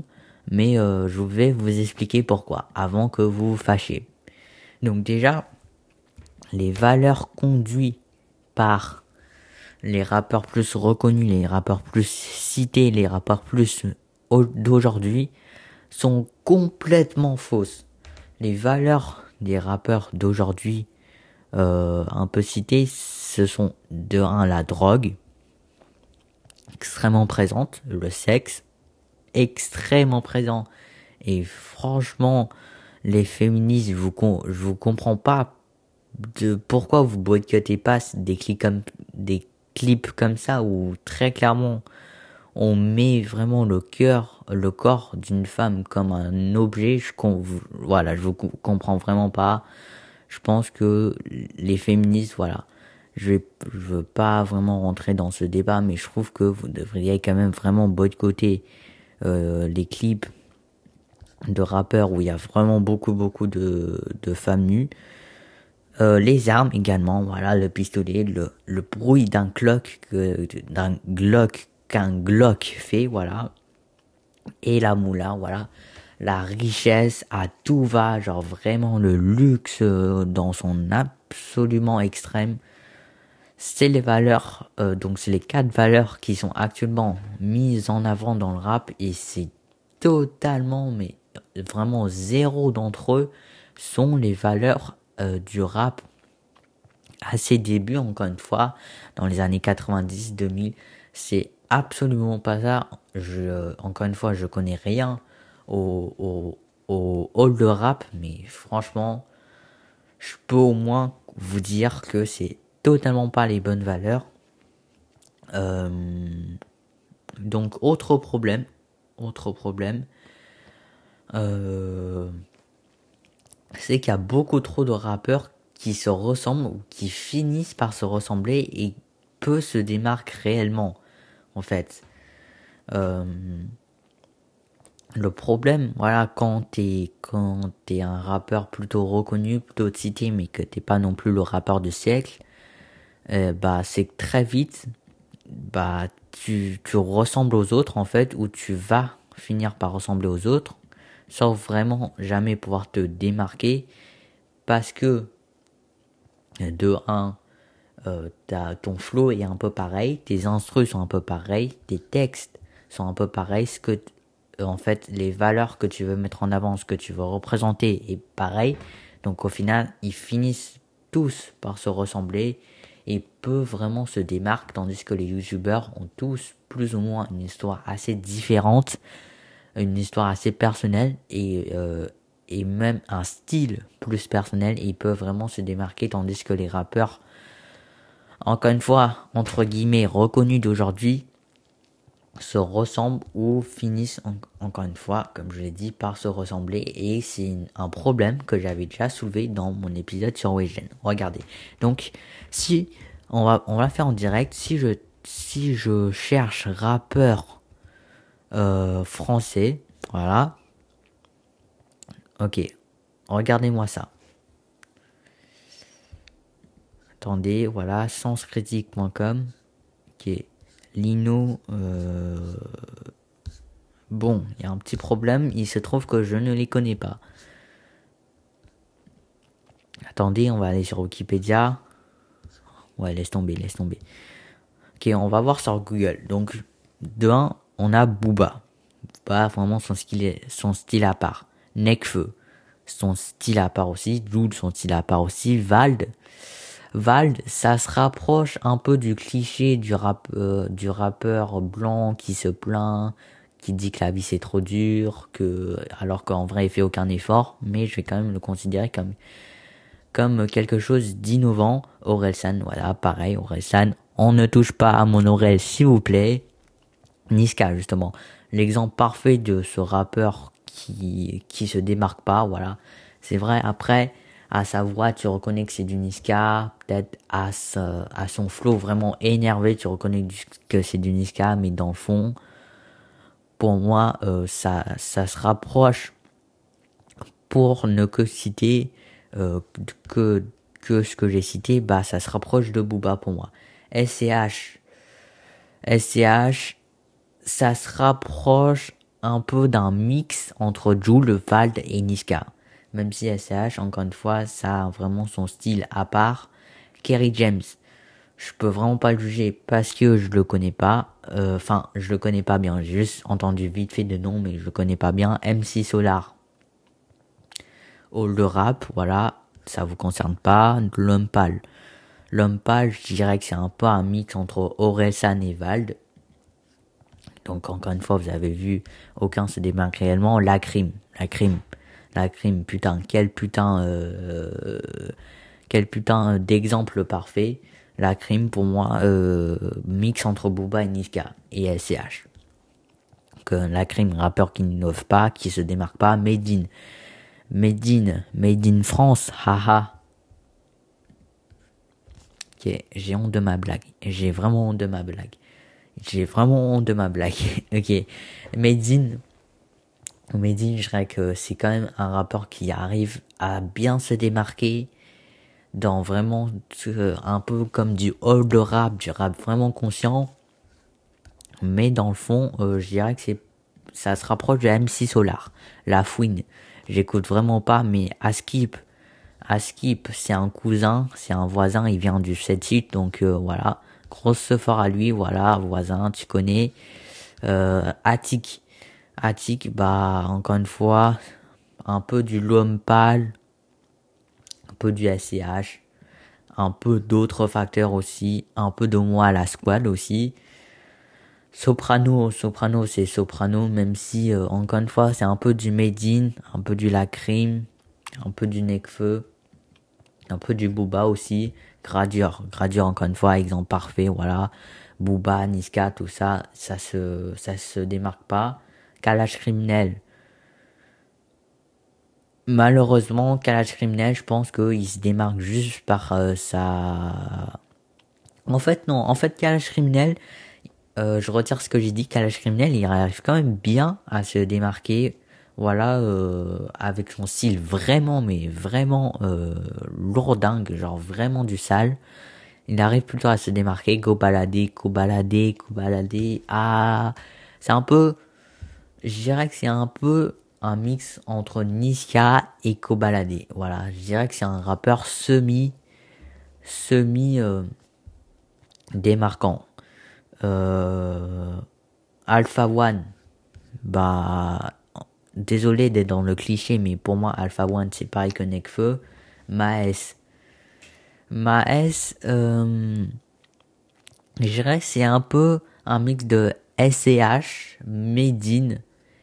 Speaker 1: mais euh, je vais vous expliquer pourquoi, avant que vous vous fâchiez. Donc déjà, les valeurs conduites par les rappeurs plus reconnus, les rappeurs plus cités, les rappeurs plus d'aujourd'hui, sont complètement fausses. Les valeurs des rappeurs d'aujourd'hui, euh, un peu cités, ce sont de un la drogue, extrêmement présente, le sexe, extrêmement présent. Et franchement, les féministes, je vous, com- je vous comprends pas de pourquoi vous boycottez pas des clips comme, des clips comme ça où très clairement on met vraiment le cœur, le corps d'une femme comme un objet. Je com- voilà, je vous comprends vraiment pas. Je pense que les féministes, voilà, je vais, je veux pas vraiment rentrer dans ce débat, mais je trouve que vous devriez quand même vraiment boycotter euh, les clips de rappeurs où il y a vraiment beaucoup beaucoup de, de femmes nues. Euh, les armes également, voilà, le pistolet, le, le bruit d'un Glock, que, d'un Glock qu'un Glock fait, voilà. Et la moula, voilà. La richesse à tout va, genre vraiment le luxe euh, dans son absolument extrême. C'est les valeurs, euh, donc c'est les quatre valeurs qui sont actuellement mises en avant dans le rap et c'est totalement, mais vraiment zéro d'entre eux sont les valeurs euh, du rap à ses débuts, encore une fois, dans les années quatre-vingt-dix, deux mille. C'est absolument pas ça. Je, encore une fois, je connais rien au, au, au hall de rap, mais franchement, je peux au moins vous dire que c'est totalement pas les bonnes valeurs. Euh, donc, autre problème, autre problème, euh, c'est qu'il y a beaucoup trop de rappeurs qui se ressemblent ou qui finissent par se ressembler et peu se démarquent réellement, en fait. Euh, le problème, voilà, quand t'es, quand t'es un rappeur plutôt reconnu, plutôt cité, mais que t'es pas non plus le rappeur du siècle, euh, bah, c'est que très vite, bah, tu, tu ressembles aux autres, en fait, ou tu vas finir par ressembler aux autres, sans vraiment jamais pouvoir te démarquer, parce que, de un, euh, t'as, ton flow est un peu pareil, tes instrus sont un peu pareils, tes textes sont un peu pareils, ce que, euh, en fait, les valeurs que tu veux mettre en avant, ce que tu veux représenter est pareil. Donc au final, ils finissent tous par se ressembler et peu vraiment se démarquent, tandis que les youtubeurs ont tous plus ou moins une histoire assez différente, une histoire assez personnelle et euh, et même un style plus personnel et ils peuvent vraiment se démarquer, tandis que les rappeurs, encore une fois, entre guillemets, reconnus d'aujourd'hui, se ressemblent ou finissent, en, encore une fois, comme je l'ai dit, par se ressembler. Et c'est un problème que j'avais déjà soulevé dans mon épisode sur Weigen. Regardez. Donc, si, on va, on va faire en direct, si je, si je cherche rappeur euh, français, voilà. Ok, regardez-moi ça. Attendez, voilà, senscritique point com. Ok, Lino. Euh... Bon, il y a un petit problème. Il se trouve que je ne les connais pas. Attendez, on va aller sur Wikipédia. Ouais, laisse tomber, laisse tomber. Ok, on va voir sur Google. Donc, de un, on a Booba. Booba, vraiment son style, son style à part. Nekfeu, son style à part aussi. Jude, son style à part aussi. Vald. Vald, ça se rapproche un peu du cliché du rap, euh, du rappeur blanc qui se plaint, qui dit que la vie c'est trop dur, que, alors qu'en vrai il fait aucun effort, mais je vais quand même le considérer comme, comme quelque chose d'innovant. Orelsan, voilà, pareil, Orelsan, on ne touche pas à mon Aurel s'il vous plaît. Niska, justement, l'exemple parfait de ce rappeur qui, qui se démarque pas, voilà. C'est vrai, après, à sa voix, tu reconnais que c'est du Niska, peut-être à, sa, à son flow vraiment énervé, tu reconnais que c'est du Niska, mais dans le fond, pour moi, euh, ça, ça se rapproche, pour ne que citer euh, que, que ce que j'ai cité, bah ça se rapproche de Booba pour moi. S C H, S C H, ça se rapproche un peu d'un mix entre Jul, Vald et Niska. Même si S C H, encore une fois, ça a vraiment son style à part. Kerry James, je peux vraiment pas le juger parce que je le connais pas. Enfin, euh, je le connais pas bien. J'ai juste entendu vite fait de nom, mais je le connais pas bien. M C Solar. Oh, le rap, voilà, ça vous concerne pas. L'homme pâle. L'homme pâle, je dirais que c'est un peu un mix entre Orelsan et Vald. Donc encore une fois, vous avez vu, aucun se démarque réellement. La crime, la crime, la crime, putain, quel putain, euh, quel putain d'exemple parfait. La crime, pour moi, euh, mix entre Booba et Niska et S C H. Donc, euh, la crime, rappeur qui n'innove pas, qui se démarque pas. Made in, Made in, Made in France, haha. Ok, j'ai honte de ma blague. J'ai vraiment honte de ma blague. J'ai vraiment honte de ma blague. Ok. Made in. Made in, je dirais que c'est quand même un rappeur qui arrive à bien se démarquer dans vraiment euh, un peu comme du old rap, du rap vraiment conscient. Mais dans le fond, euh, je dirais que c'est ça se rapproche de M C Solar. La Fouine. J'écoute vraiment pas, mais Askip. Askip, c'est un cousin, c'est un voisin, il vient du sept site, donc euh, voilà. Grosse fort à lui, voilà, voisin, tu connais. Euh, Attic. Attic, bah, encore une fois, un peu du L'Homme Pâle, un peu du S C H, un peu d'autres facteurs aussi, un peu de moi à la squad aussi. Soprano, Soprano, c'est Soprano, même si, euh, encore une fois, c'est un peu du Made in, un peu du Lacrim, un peu du Nekfeu, un peu du Booba aussi. Gradure, Gradure, encore une fois, exemple parfait, voilà. Booba, Niska, tout ça, ça se, ça se démarque pas. Kalash Criminel. Malheureusement, Kalash Criminel, je pense qu'il se démarque juste par euh, sa... En fait, non. En fait, Kalash Criminel, euh, je retire ce que j'ai dit. Kalash Criminel, il arrive quand même bien à se démarquer. Voilà, euh, avec son style vraiment, mais vraiment euh, lourdingue, genre vraiment du sale. Il arrive plutôt à se démarquer. Go balader, go balader, go balader. Ah, c'est un peu... Je dirais que c'est un peu un mix entre Niska et Kobalade. Voilà, je dirais que c'est un rappeur semi, semi euh, démarquant. Euh, Alpha One, bah, désolé d'être dans le cliché, mais pour moi Alpha One c'est pareil que Nekfeu. Maes, Maes, euh, je dirais que c'est un peu un mix de S C H, Medine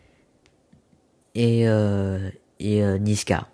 Speaker 1: et euh, et euh, Niska.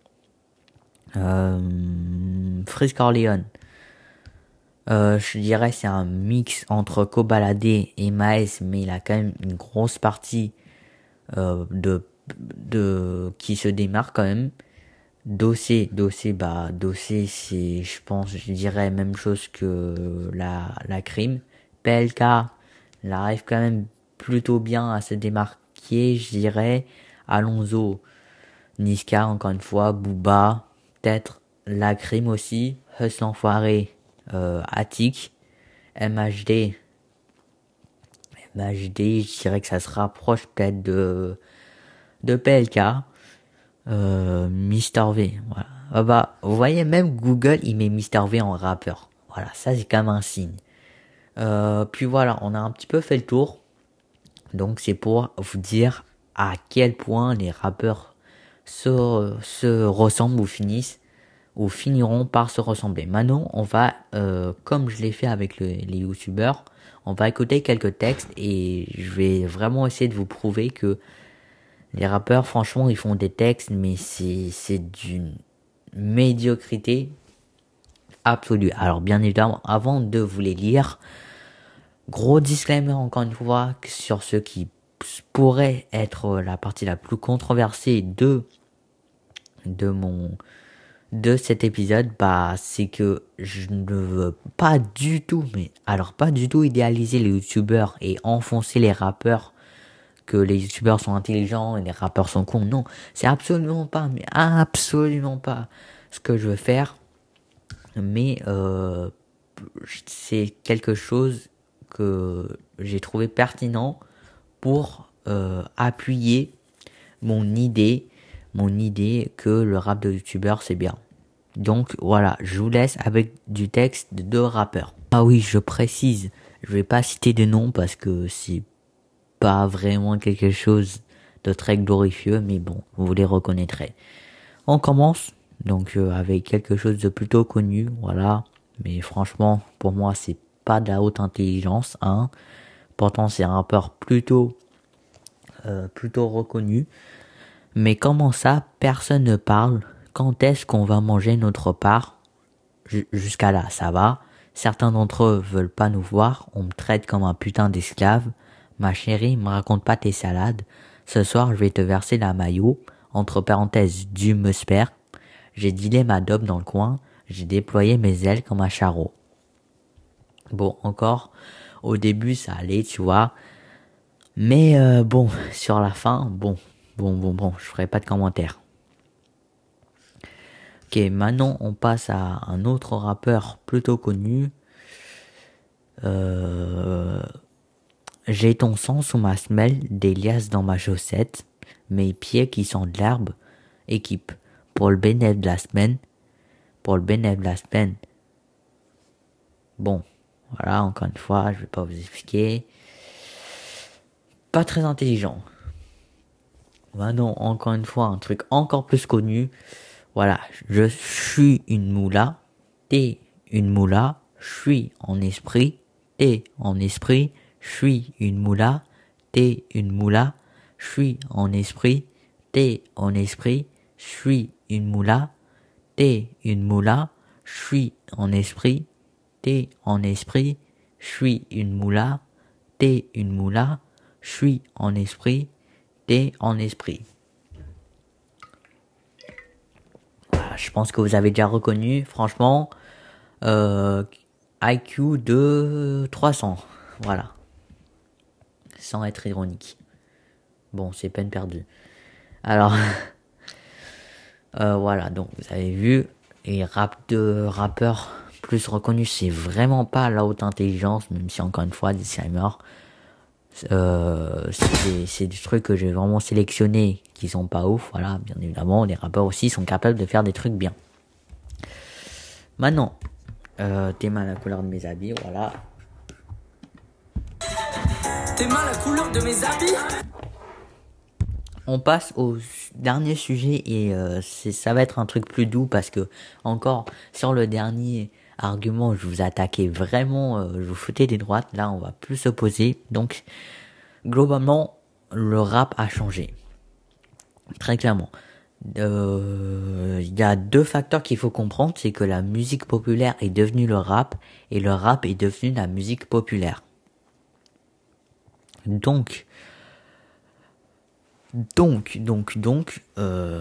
Speaker 1: Euh, Freeze Corleone. Euh, je dirais c'est un mix entre Kobalade et Maes, mais il a quand même une grosse partie euh, de de qui se démarque quand même. Dossé, Dossé, bah Dossé c'est, je pense, je dirais même chose que la la crime. P L K, il arrive quand même plutôt bien à se démarquer, je dirais. Alonso, Niska encore une fois, Booba, peut-être la crime aussi, Hus l'enfoiré, euh, Attic, M H D, M H D, je dirais que ça se rapproche peut-être de de P L K, euh, Mister V, voilà. Ah bah, vous voyez, même Google, il met Mister V en rappeur. Voilà, ça c'est quand même un signe. Euh, puis voilà, on a un petit peu fait le tour. Donc c'est pour vous dire à quel point les rappeurs se, se ressemblent ou finissent ou finiront par se ressembler. Maintenant, on va, euh, comme je l'ai fait avec le, les youtubeurs, on va écouter quelques textes et je vais vraiment essayer de vous prouver que les rappeurs, franchement, ils font des textes, mais c'est, c'est d'une médiocrité absolue. Alors, bien évidemment, avant de vous les lire, gros disclaimer encore une fois sur ce qui pourrait être la partie la plus controversée de de mon de cet épisode, bah c'est que je ne veux pas du tout, mais alors pas du tout idéaliser les youtubeurs et enfoncer les rappeurs, que les youtubeurs sont intelligents et les rappeurs sont cons. Non, c'est absolument pas, mais absolument pas ce que je veux faire. Mais euh, c'est quelque chose que j'ai trouvé pertinent pour euh, appuyer mon idée, mon idée que le rap de youtubeur c'est bien. Donc voilà, je vous laisse avec du texte de deux rappeurs. Ah oui, je précise, je vais pas citer de noms parce que c'est pas vraiment quelque chose de très glorifieux, mais bon, vous les reconnaîtrez. On commence donc euh, avec quelque chose de plutôt connu, voilà. Mais franchement, pour moi, c'est pas de la haute intelligence, hein. Pourtant, c'est un rappeur plutôt, euh, plutôt reconnu. Mais comment ça, personne ne parle? Quand est-ce qu'on va manger notre part? J- Jusqu'à là, ça va. Certains d'entre eux veulent pas nous voir. On me traite comme un putain d'esclave. Ma chérie, me raconte pas tes salades. Ce soir, je vais te verser la maillot. Entre parenthèses, Dieu me spère. J'ai dealé ma dope dans le coin. J'ai déployé mes ailes comme un charreau. Bon, encore, au début, ça allait, tu vois. Mais euh, bon, sur la fin, bon, bon, bon, bon, je ferai pas de commentaires. Ok, maintenant, on passe à un autre rappeur plutôt connu. Euh... J'ai ton sang sous ma semelle, des liasses dans ma chaussette, mes pieds qui sentent l'herbe, équipe, pour le bénéfice de la semaine, pour le bénéfice de la semaine. Bon, voilà, encore une fois, je vais pas vous expliquer. Pas très intelligent. Maintenant, encore une fois, un truc encore plus connu. Voilà, je suis une moula, t'es une moula, je suis en esprit, t'es en esprit, je suis une moula, t'es une moula, je suis en esprit, t'es en esprit, je suis une moula, t'es une moula, je suis en esprit, t'es en esprit, je suis une moula, t'es une moula, je suis en esprit, t'es en esprit. Voilà, je pense que vous avez déjà reconnu, franchement, euh, I Q de trois cents, voilà. Sans être ironique. Bon, c'est peine perdue. Alors, euh, voilà, donc vous avez vu, les rap de rappeurs plus reconnus, c'est vraiment pas la haute intelligence, même si encore une fois, disclaimer, euh, c'est, c'est des trucs que j'ai vraiment sélectionnés qui sont pas ouf, voilà, bien évidemment, les rappeurs aussi sont capables de faire des trucs bien. Maintenant, euh, tes mains la couleur de mes habits, voilà. Tes mains la couleur de mes habits. On passe au dernier sujet et euh, c'est, ça va être un truc plus doux parce que encore sur le dernier argument je vous attaquais vraiment, euh, je vous foutais des droites, là on va plus s'opposer. Donc globalement le rap a changé, très clairement. Il euh, y a deux facteurs qu'il faut comprendre, c'est que la musique populaire est devenue le rap et le rap est devenu la musique populaire. Donc Donc, donc, donc, euh,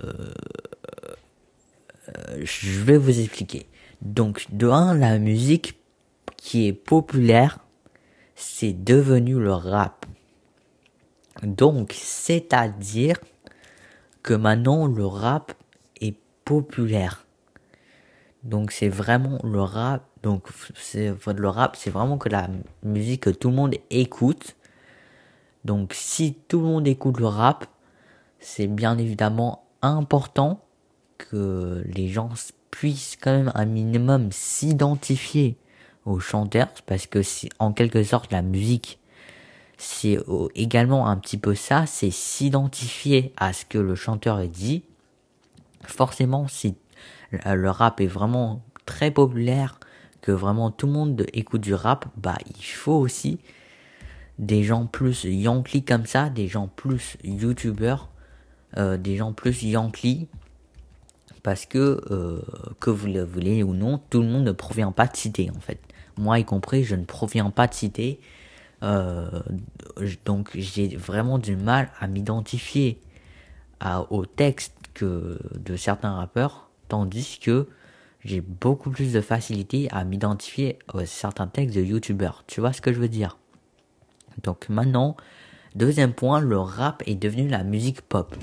Speaker 1: euh, je vais vous expliquer. Donc, de un, la musique qui est populaire, c'est devenu le rap. Donc, c'est-à-dire que maintenant, le rap est populaire. Donc, c'est vraiment le rap. Donc, c'est, le rap, c'est vraiment que la musique que tout le monde écoute. Donc si tout le monde écoute le rap, c'est bien évidemment important que les gens puissent quand même un minimum s'identifier aux chanteurs, parce que c'est en quelque sorte la musique, c'est également un petit peu ça, c'est s'identifier à ce que le chanteur a dit. Forcément, si le rap est vraiment très populaire, que vraiment tout le monde écoute du rap, bah il faut aussi des gens plus Yankee comme ça, des gens plus youtubeurs, euh, des gens plus Yankee, parce que, euh, que vous le voulez ou non, tout le monde ne provient pas de cité en fait. Moi y compris, je ne proviens pas de cité, euh, donc j'ai vraiment du mal à m'identifier à, au texte que de certains rappeurs, tandis que j'ai beaucoup plus de facilité à m'identifier à certains textes de youtubeurs. Tu vois ce que je veux dire? Donc maintenant, deuxième point, le rap est devenu la musique pop.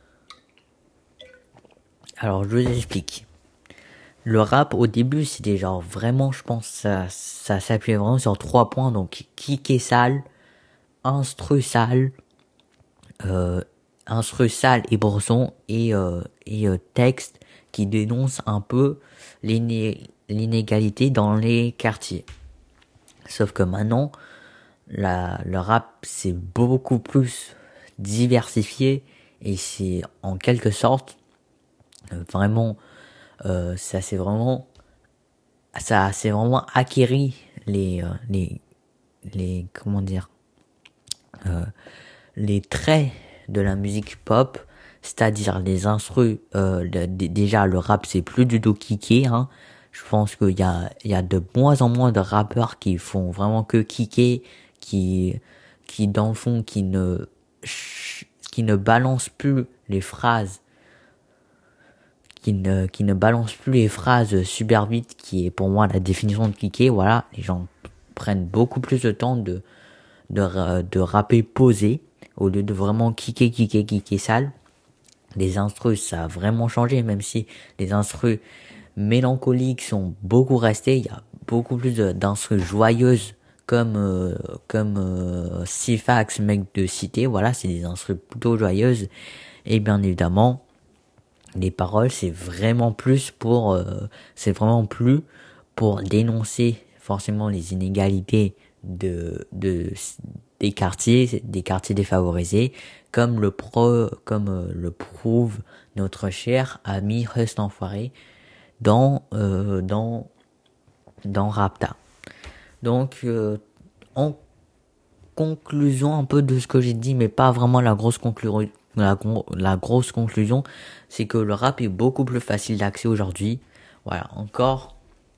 Speaker 1: Alors je vous explique. Le rap au début c'était genre vraiment, je pense ça, ça s'appuyait vraiment sur trois points. Donc kick est sale, instru sale euh, instru sale et bresson et, euh, et euh, texte qui dénonce un peu l'iné- l'inégalité dans les quartiers. Sauf que maintenant, la, le rap, c'est beaucoup plus diversifié et c'est en quelque sorte euh, vraiment, euh, ça c'est vraiment, ça c'est vraiment acquéri les, euh, les, les, comment dire, euh, les traits de la musique pop, c'est-à-dire les instrus. Euh, le- d- déjà le rap c'est plus du tout kické, hein. Je pense qu'il y a, il y a de moins en moins de rappeurs qui font vraiment que kicker, qui, qui dans le fond, qui ne, qui ne balancent plus les phrases, qui ne, qui ne balancent plus les phrases super vite, qui est pour moi la définition de kicker. Voilà, les gens prennent beaucoup plus de temps de, de, de rapper posé, au lieu de vraiment kicker, kicker, kicker sale. Les instrus, ça a vraiment changé, même si les instrus mélancoliques sont beaucoup restés. Il y a beaucoup plus de- d'instrus joyeuses, comme euh, comme euh, Sifax, mec de cité. Voilà, c'est des instrus plutôt joyeuses. Et bien évidemment, les paroles, c'est vraiment plus pour, euh, c'est vraiment plus pour dénoncer forcément les inégalités de, de, des quartiers, des quartiers défavorisés, comme le pro, comme euh, le prouve notre cher ami Rust Enfoiré dans, euh, dans, dans Rapta. Donc, euh, en conclusion un peu de ce que j'ai dit, mais pas vraiment la grosse conclusion. La, la grosse conclusion, c'est que le rap est beaucoup plus facile d'accès aujourd'hui. Voilà, encore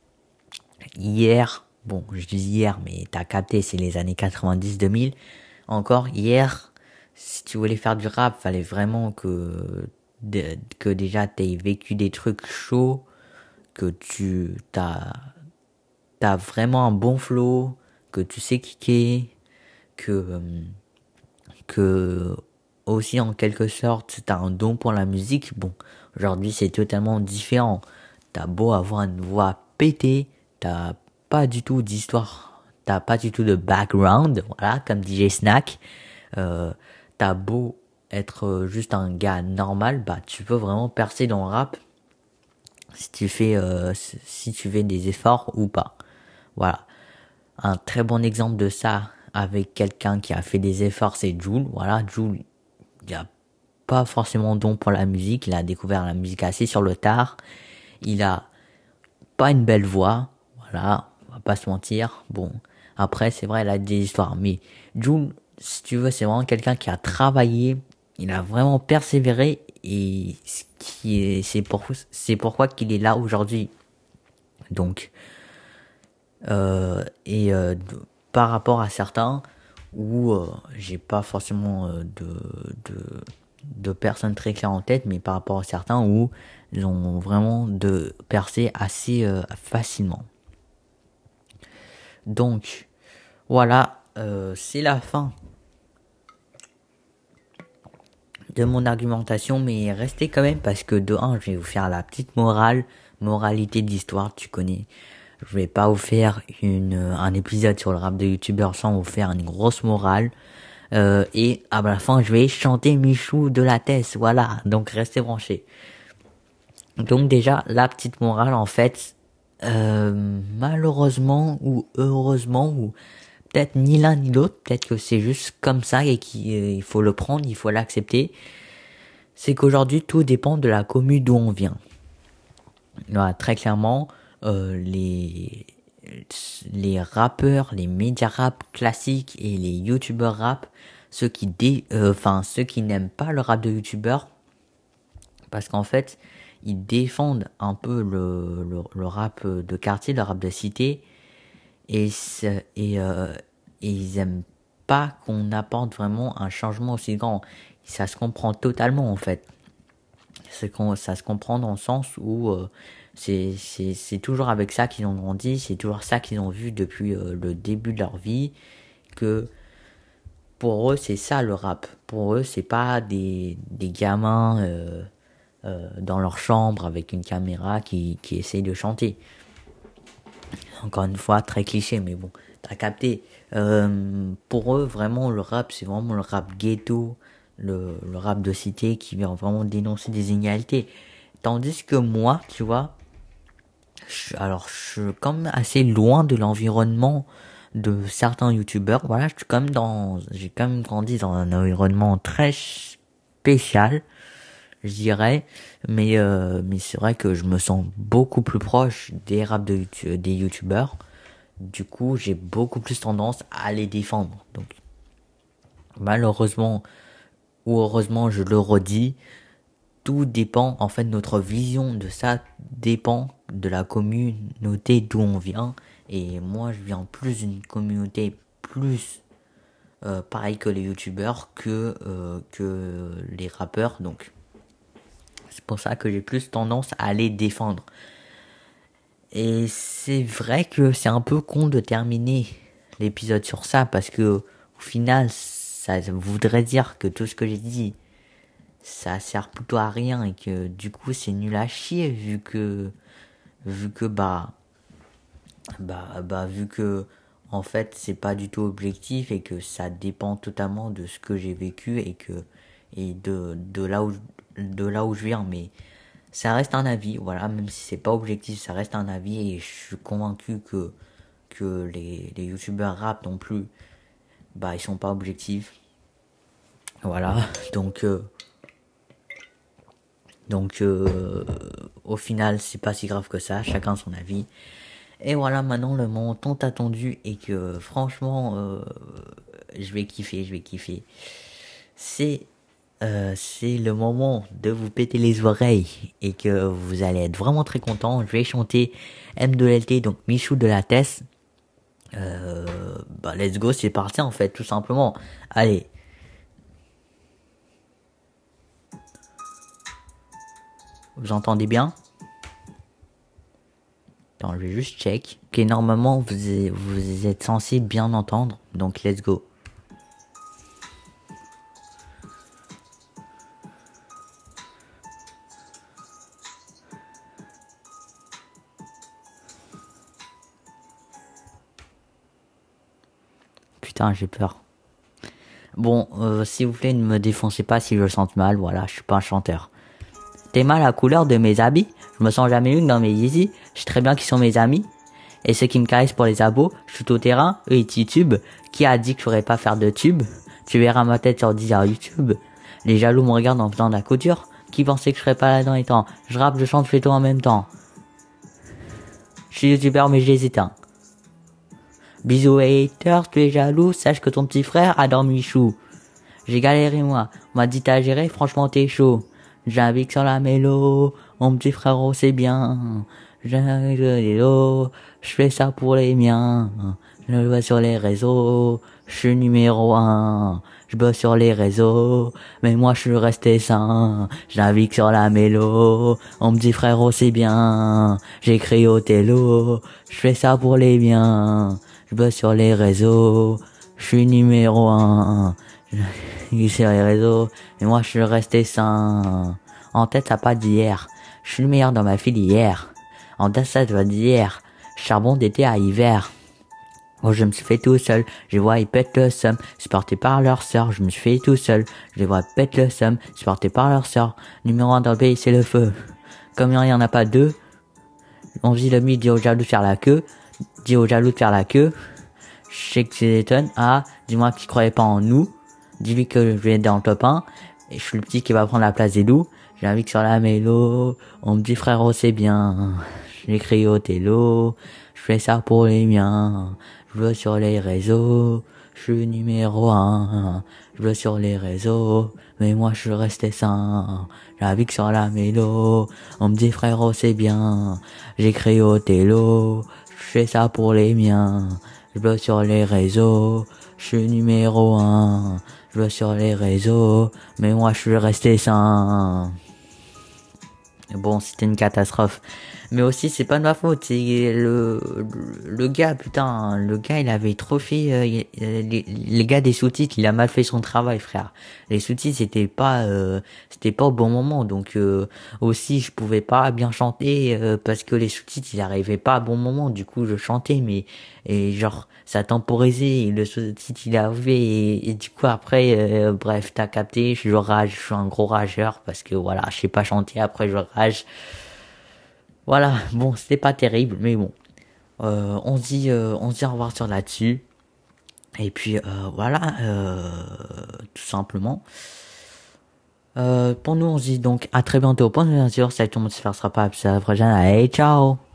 Speaker 1: hier, bon, je dis hier, mais t'as capté, c'est les années quatre-vingt-dix deux mille. Encore hier, si tu voulais faire du rap, fallait vraiment que de, que déjà t'aies vécu des trucs chauds, que tu t'as t'as vraiment un bon flow, que tu sais kicker, que que aussi en quelque sorte t'as un don pour la musique. Bon, aujourd'hui c'est totalement différent. T'as beau avoir une voix pétée, t'as pas du tout d'histoire, t'as pas du tout de background, voilà, comme D J Snack. Euh, t'as beau être euh, juste un gars normal, bah tu peux vraiment percer dans le rap si tu fais euh, si tu fais des efforts ou pas. Voilà. Un très bon exemple de ça avec quelqu'un qui a fait des efforts, c'est Jul. Voilà, Jul, il a pas forcément don pour la musique, il a découvert la musique assez sur le tard. Il a pas une belle voix, voilà, on va pas se mentir. Bon, après c'est vrai, il a des histoires, mais Jul, si tu veux, c'est vraiment quelqu'un qui a travaillé, il a vraiment persévéré et ce qui est, c'est pour, c'est pourquoi qu'il est là aujourd'hui. Donc, euh, et euh, par rapport à certains où euh, j'ai pas forcément euh, de, de de personnes très claires en tête, mais par rapport à certains où ils ont vraiment de percer assez euh, facilement. Donc voilà, euh, c'est la fin de mon argumentation, mais restez quand même parce que de un, je vais vous faire la petite morale, moralité de l'histoire, tu connais. Je vais pas vous faire une un épisode sur le rap de youtubeur sans vous faire une grosse morale. Euh, et à la fin, je vais chanter Michou de la Tesse, voilà. Donc restez branchés. Donc déjà, la petite morale, en fait, euh, malheureusement ou heureusement ou peut-être ni l'un ni l'autre, peut-être que c'est juste comme ça et qu'il faut le prendre, il faut l'accepter. C'est qu'aujourd'hui, tout dépend de la commune d'où on vient. Voilà, très clairement, euh, les les rappeurs, les médias rap classiques et les youtubeurs rap, ceux qui dé, euh, enfin ceux qui n'aiment pas le rap de youtubeur, parce qu'en fait, ils défendent un peu le le, le rap de quartier, le rap de cité, et et euh, et ils aiment pas qu'on apporte vraiment un changement aussi grand. Ça se comprend totalement en fait. C'est qu'on ça se comprend dans le sens où euh, c'est c'est c'est toujours avec ça qu'ils ont grandi, c'est toujours ça qu'ils ont vu depuis euh, le début de leur vie, que pour eux c'est ça le rap. Pour eux c'est pas des des gamins euh, euh, dans leur chambre avec une caméra qui qui essayent de chanter. Encore une fois très cliché, mais bon, t'as capté. Euh, pour eux vraiment le rap c'est vraiment le rap ghetto, le, le rap de cité qui vient vraiment dénoncer des inégalités. Tandis que moi, tu vois, je, alors je suis quand même assez loin de l'environnement de certains youtubeurs. Voilà, je suis quand même dans, j'ai quand même grandi dans un environnement très spécial, je dirais, mais euh, mais c'est vrai que je me sens beaucoup plus proche des raps de des youtubeurs. Du coup, j'ai beaucoup plus tendance à les défendre. Donc malheureusement ou heureusement, je le redis, tout dépend, en fait, notre vision de ça dépend de la communauté d'où on vient. Et moi, je viens plus d'une communauté plus euh, pareil que les youtubeurs que euh, que les rappeurs. Donc c'est pour ça que j'ai plus tendance à les défendre. Et c'est vrai que c'est un peu con de terminer l'épisode sur ça, parce que au final, ça voudrait dire que tout ce que j'ai dit, ça sert plutôt à rien, et que du coup c'est nul à chier, vu que vu que bah bah bah vu que en fait c'est pas du tout objectif, et que ça dépend totalement de ce que j'ai vécu, et que et de de là où de là où je viens. Mais ça reste un avis, voilà, même si c'est pas objectif, ça reste un avis, et je suis convaincu que que les les youtubeurs rap non plus, bah ils sont pas objectifs, voilà. donc euh, donc euh, au final c'est pas si grave que ça, chacun son avis. Et voilà, maintenant le moment tant attendu, et que franchement euh, je vais kiffer, je vais kiffer. C'est euh, c'est le moment de vous péter les oreilles, et que vous allez être vraiment très content. Je vais chanter M deux L T, donc Michou de la Tesse. Euh, bah let's go, c'est parti en fait, tout simplement. Allez. Vous entendez bien? Attends, je vais juste check. Ok, normalement vous êtes, vous êtes censé bien entendre, donc let's go. Putain, j'ai peur. Bon, euh, s'il vous plaît, ne me défoncez pas si je chante mal, voilà, je suis pas un chanteur. T'es mal la couleur de mes habits? Je me sens jamais une dans mes Yeezy. Je sais très bien qui sont mes amis. Et ceux qui me caressent pour les abos, je suis au terrain, eux ils titubent. Qui a dit que je ferais pas faire de tube? Tu verras ma tête sur dix à YouTube. Les jaloux me regardent en faisant de la couture. Qui pensait que je serais pas là dans les temps? Je rappe, je chante, je fais tout en même temps. Je suis youtubeur mais je les éteins. Bisous haters, tu es jaloux, sache que ton petit frère adore Michou. J'ai galéré moi, on m'a dit t'as géré, franchement t'es chaud. J'invite sur la mélo, mon petit frérot c'est bien. J'invite les lots, je fais ça pour les miens. Je le vois sur les réseaux, je suis numéro un. Je bosse sur les réseaux, mais moi je suis resté sain. J'invite sur la mélo, mon petit frérot c'est bien. J'écris au télo, je fais ça pour les miens. Je bosse sur les réseaux, je suis numéro un. Je sur les réseaux, mais moi je suis resté sain. En tête ça pas d'hier, je suis le meilleur dans ma filière. En tête ça va d'hier, charbon d'été à hiver. Oh, je me suis fait tout seul, je les vois ils pètent le seum, supportés par leur sœur, je me suis fait tout seul, je les vois pètent le seum, supportés par leur sœur. Numéro un dans le pays c'est le feu, comme il y en a pas deux. On dit le mythe, dit aux jaloux de faire la queue, dit aux jaloux de faire la queue. Je sais que c'est étonne, ah, dis-moi que tu croyais pas en nous. Dis-lui que je vais être dans le top un, et je suis le petit qui va prendre la place des loups. J'invite sur la mélo, on me dit frérot c'est bien. J'écris au télo, je fais ça pour les miens. Je veux sur les réseaux, je suis numéro un. Je veux sur les réseaux, mais moi je suis resté sain. J'invite sur la mélo, on me dit frérot c'est bien. J'écris au télo, je fais ça pour les miens. Je veux sur les réseaux, je suis numéro un. Je veux sur les réseaux, mais moi je suis resté sain. Bon, c'était une catastrophe. Mais aussi, c'est pas de ma faute. C'est le, le, le gars, putain, le gars, il avait trop fait, euh, il- euh, les, les gars des sous-titres, il a mal fait son travail, frère. Les sous-titres, c'était pas, euh, c'était pas au bon moment. Donc, euh, aussi, je pouvais pas bien chanter, euh, parce que les sous-titres, ils arrivaient pas à bon moment. Du coup, je chantais, mais, et genre, ça temporisait, et le sous-titre, il est arrivé, et, et du coup, après, euh, bref, t'as capté, je rage, je suis un gros rageur, parce que voilà, je sais pas chanter, après, je rage. Voilà, bon, c'était pas terrible, mais bon. Euh, on se dit, euh, on se dit au revoir sur là-dessus. Et puis, euh, voilà, euh, tout simplement. Euh, pour nous, on se dit donc à très bientôt. Pour nous, bien sûr, ça tout le monde se faire sera pas. À la prochaine. Allez, ciao!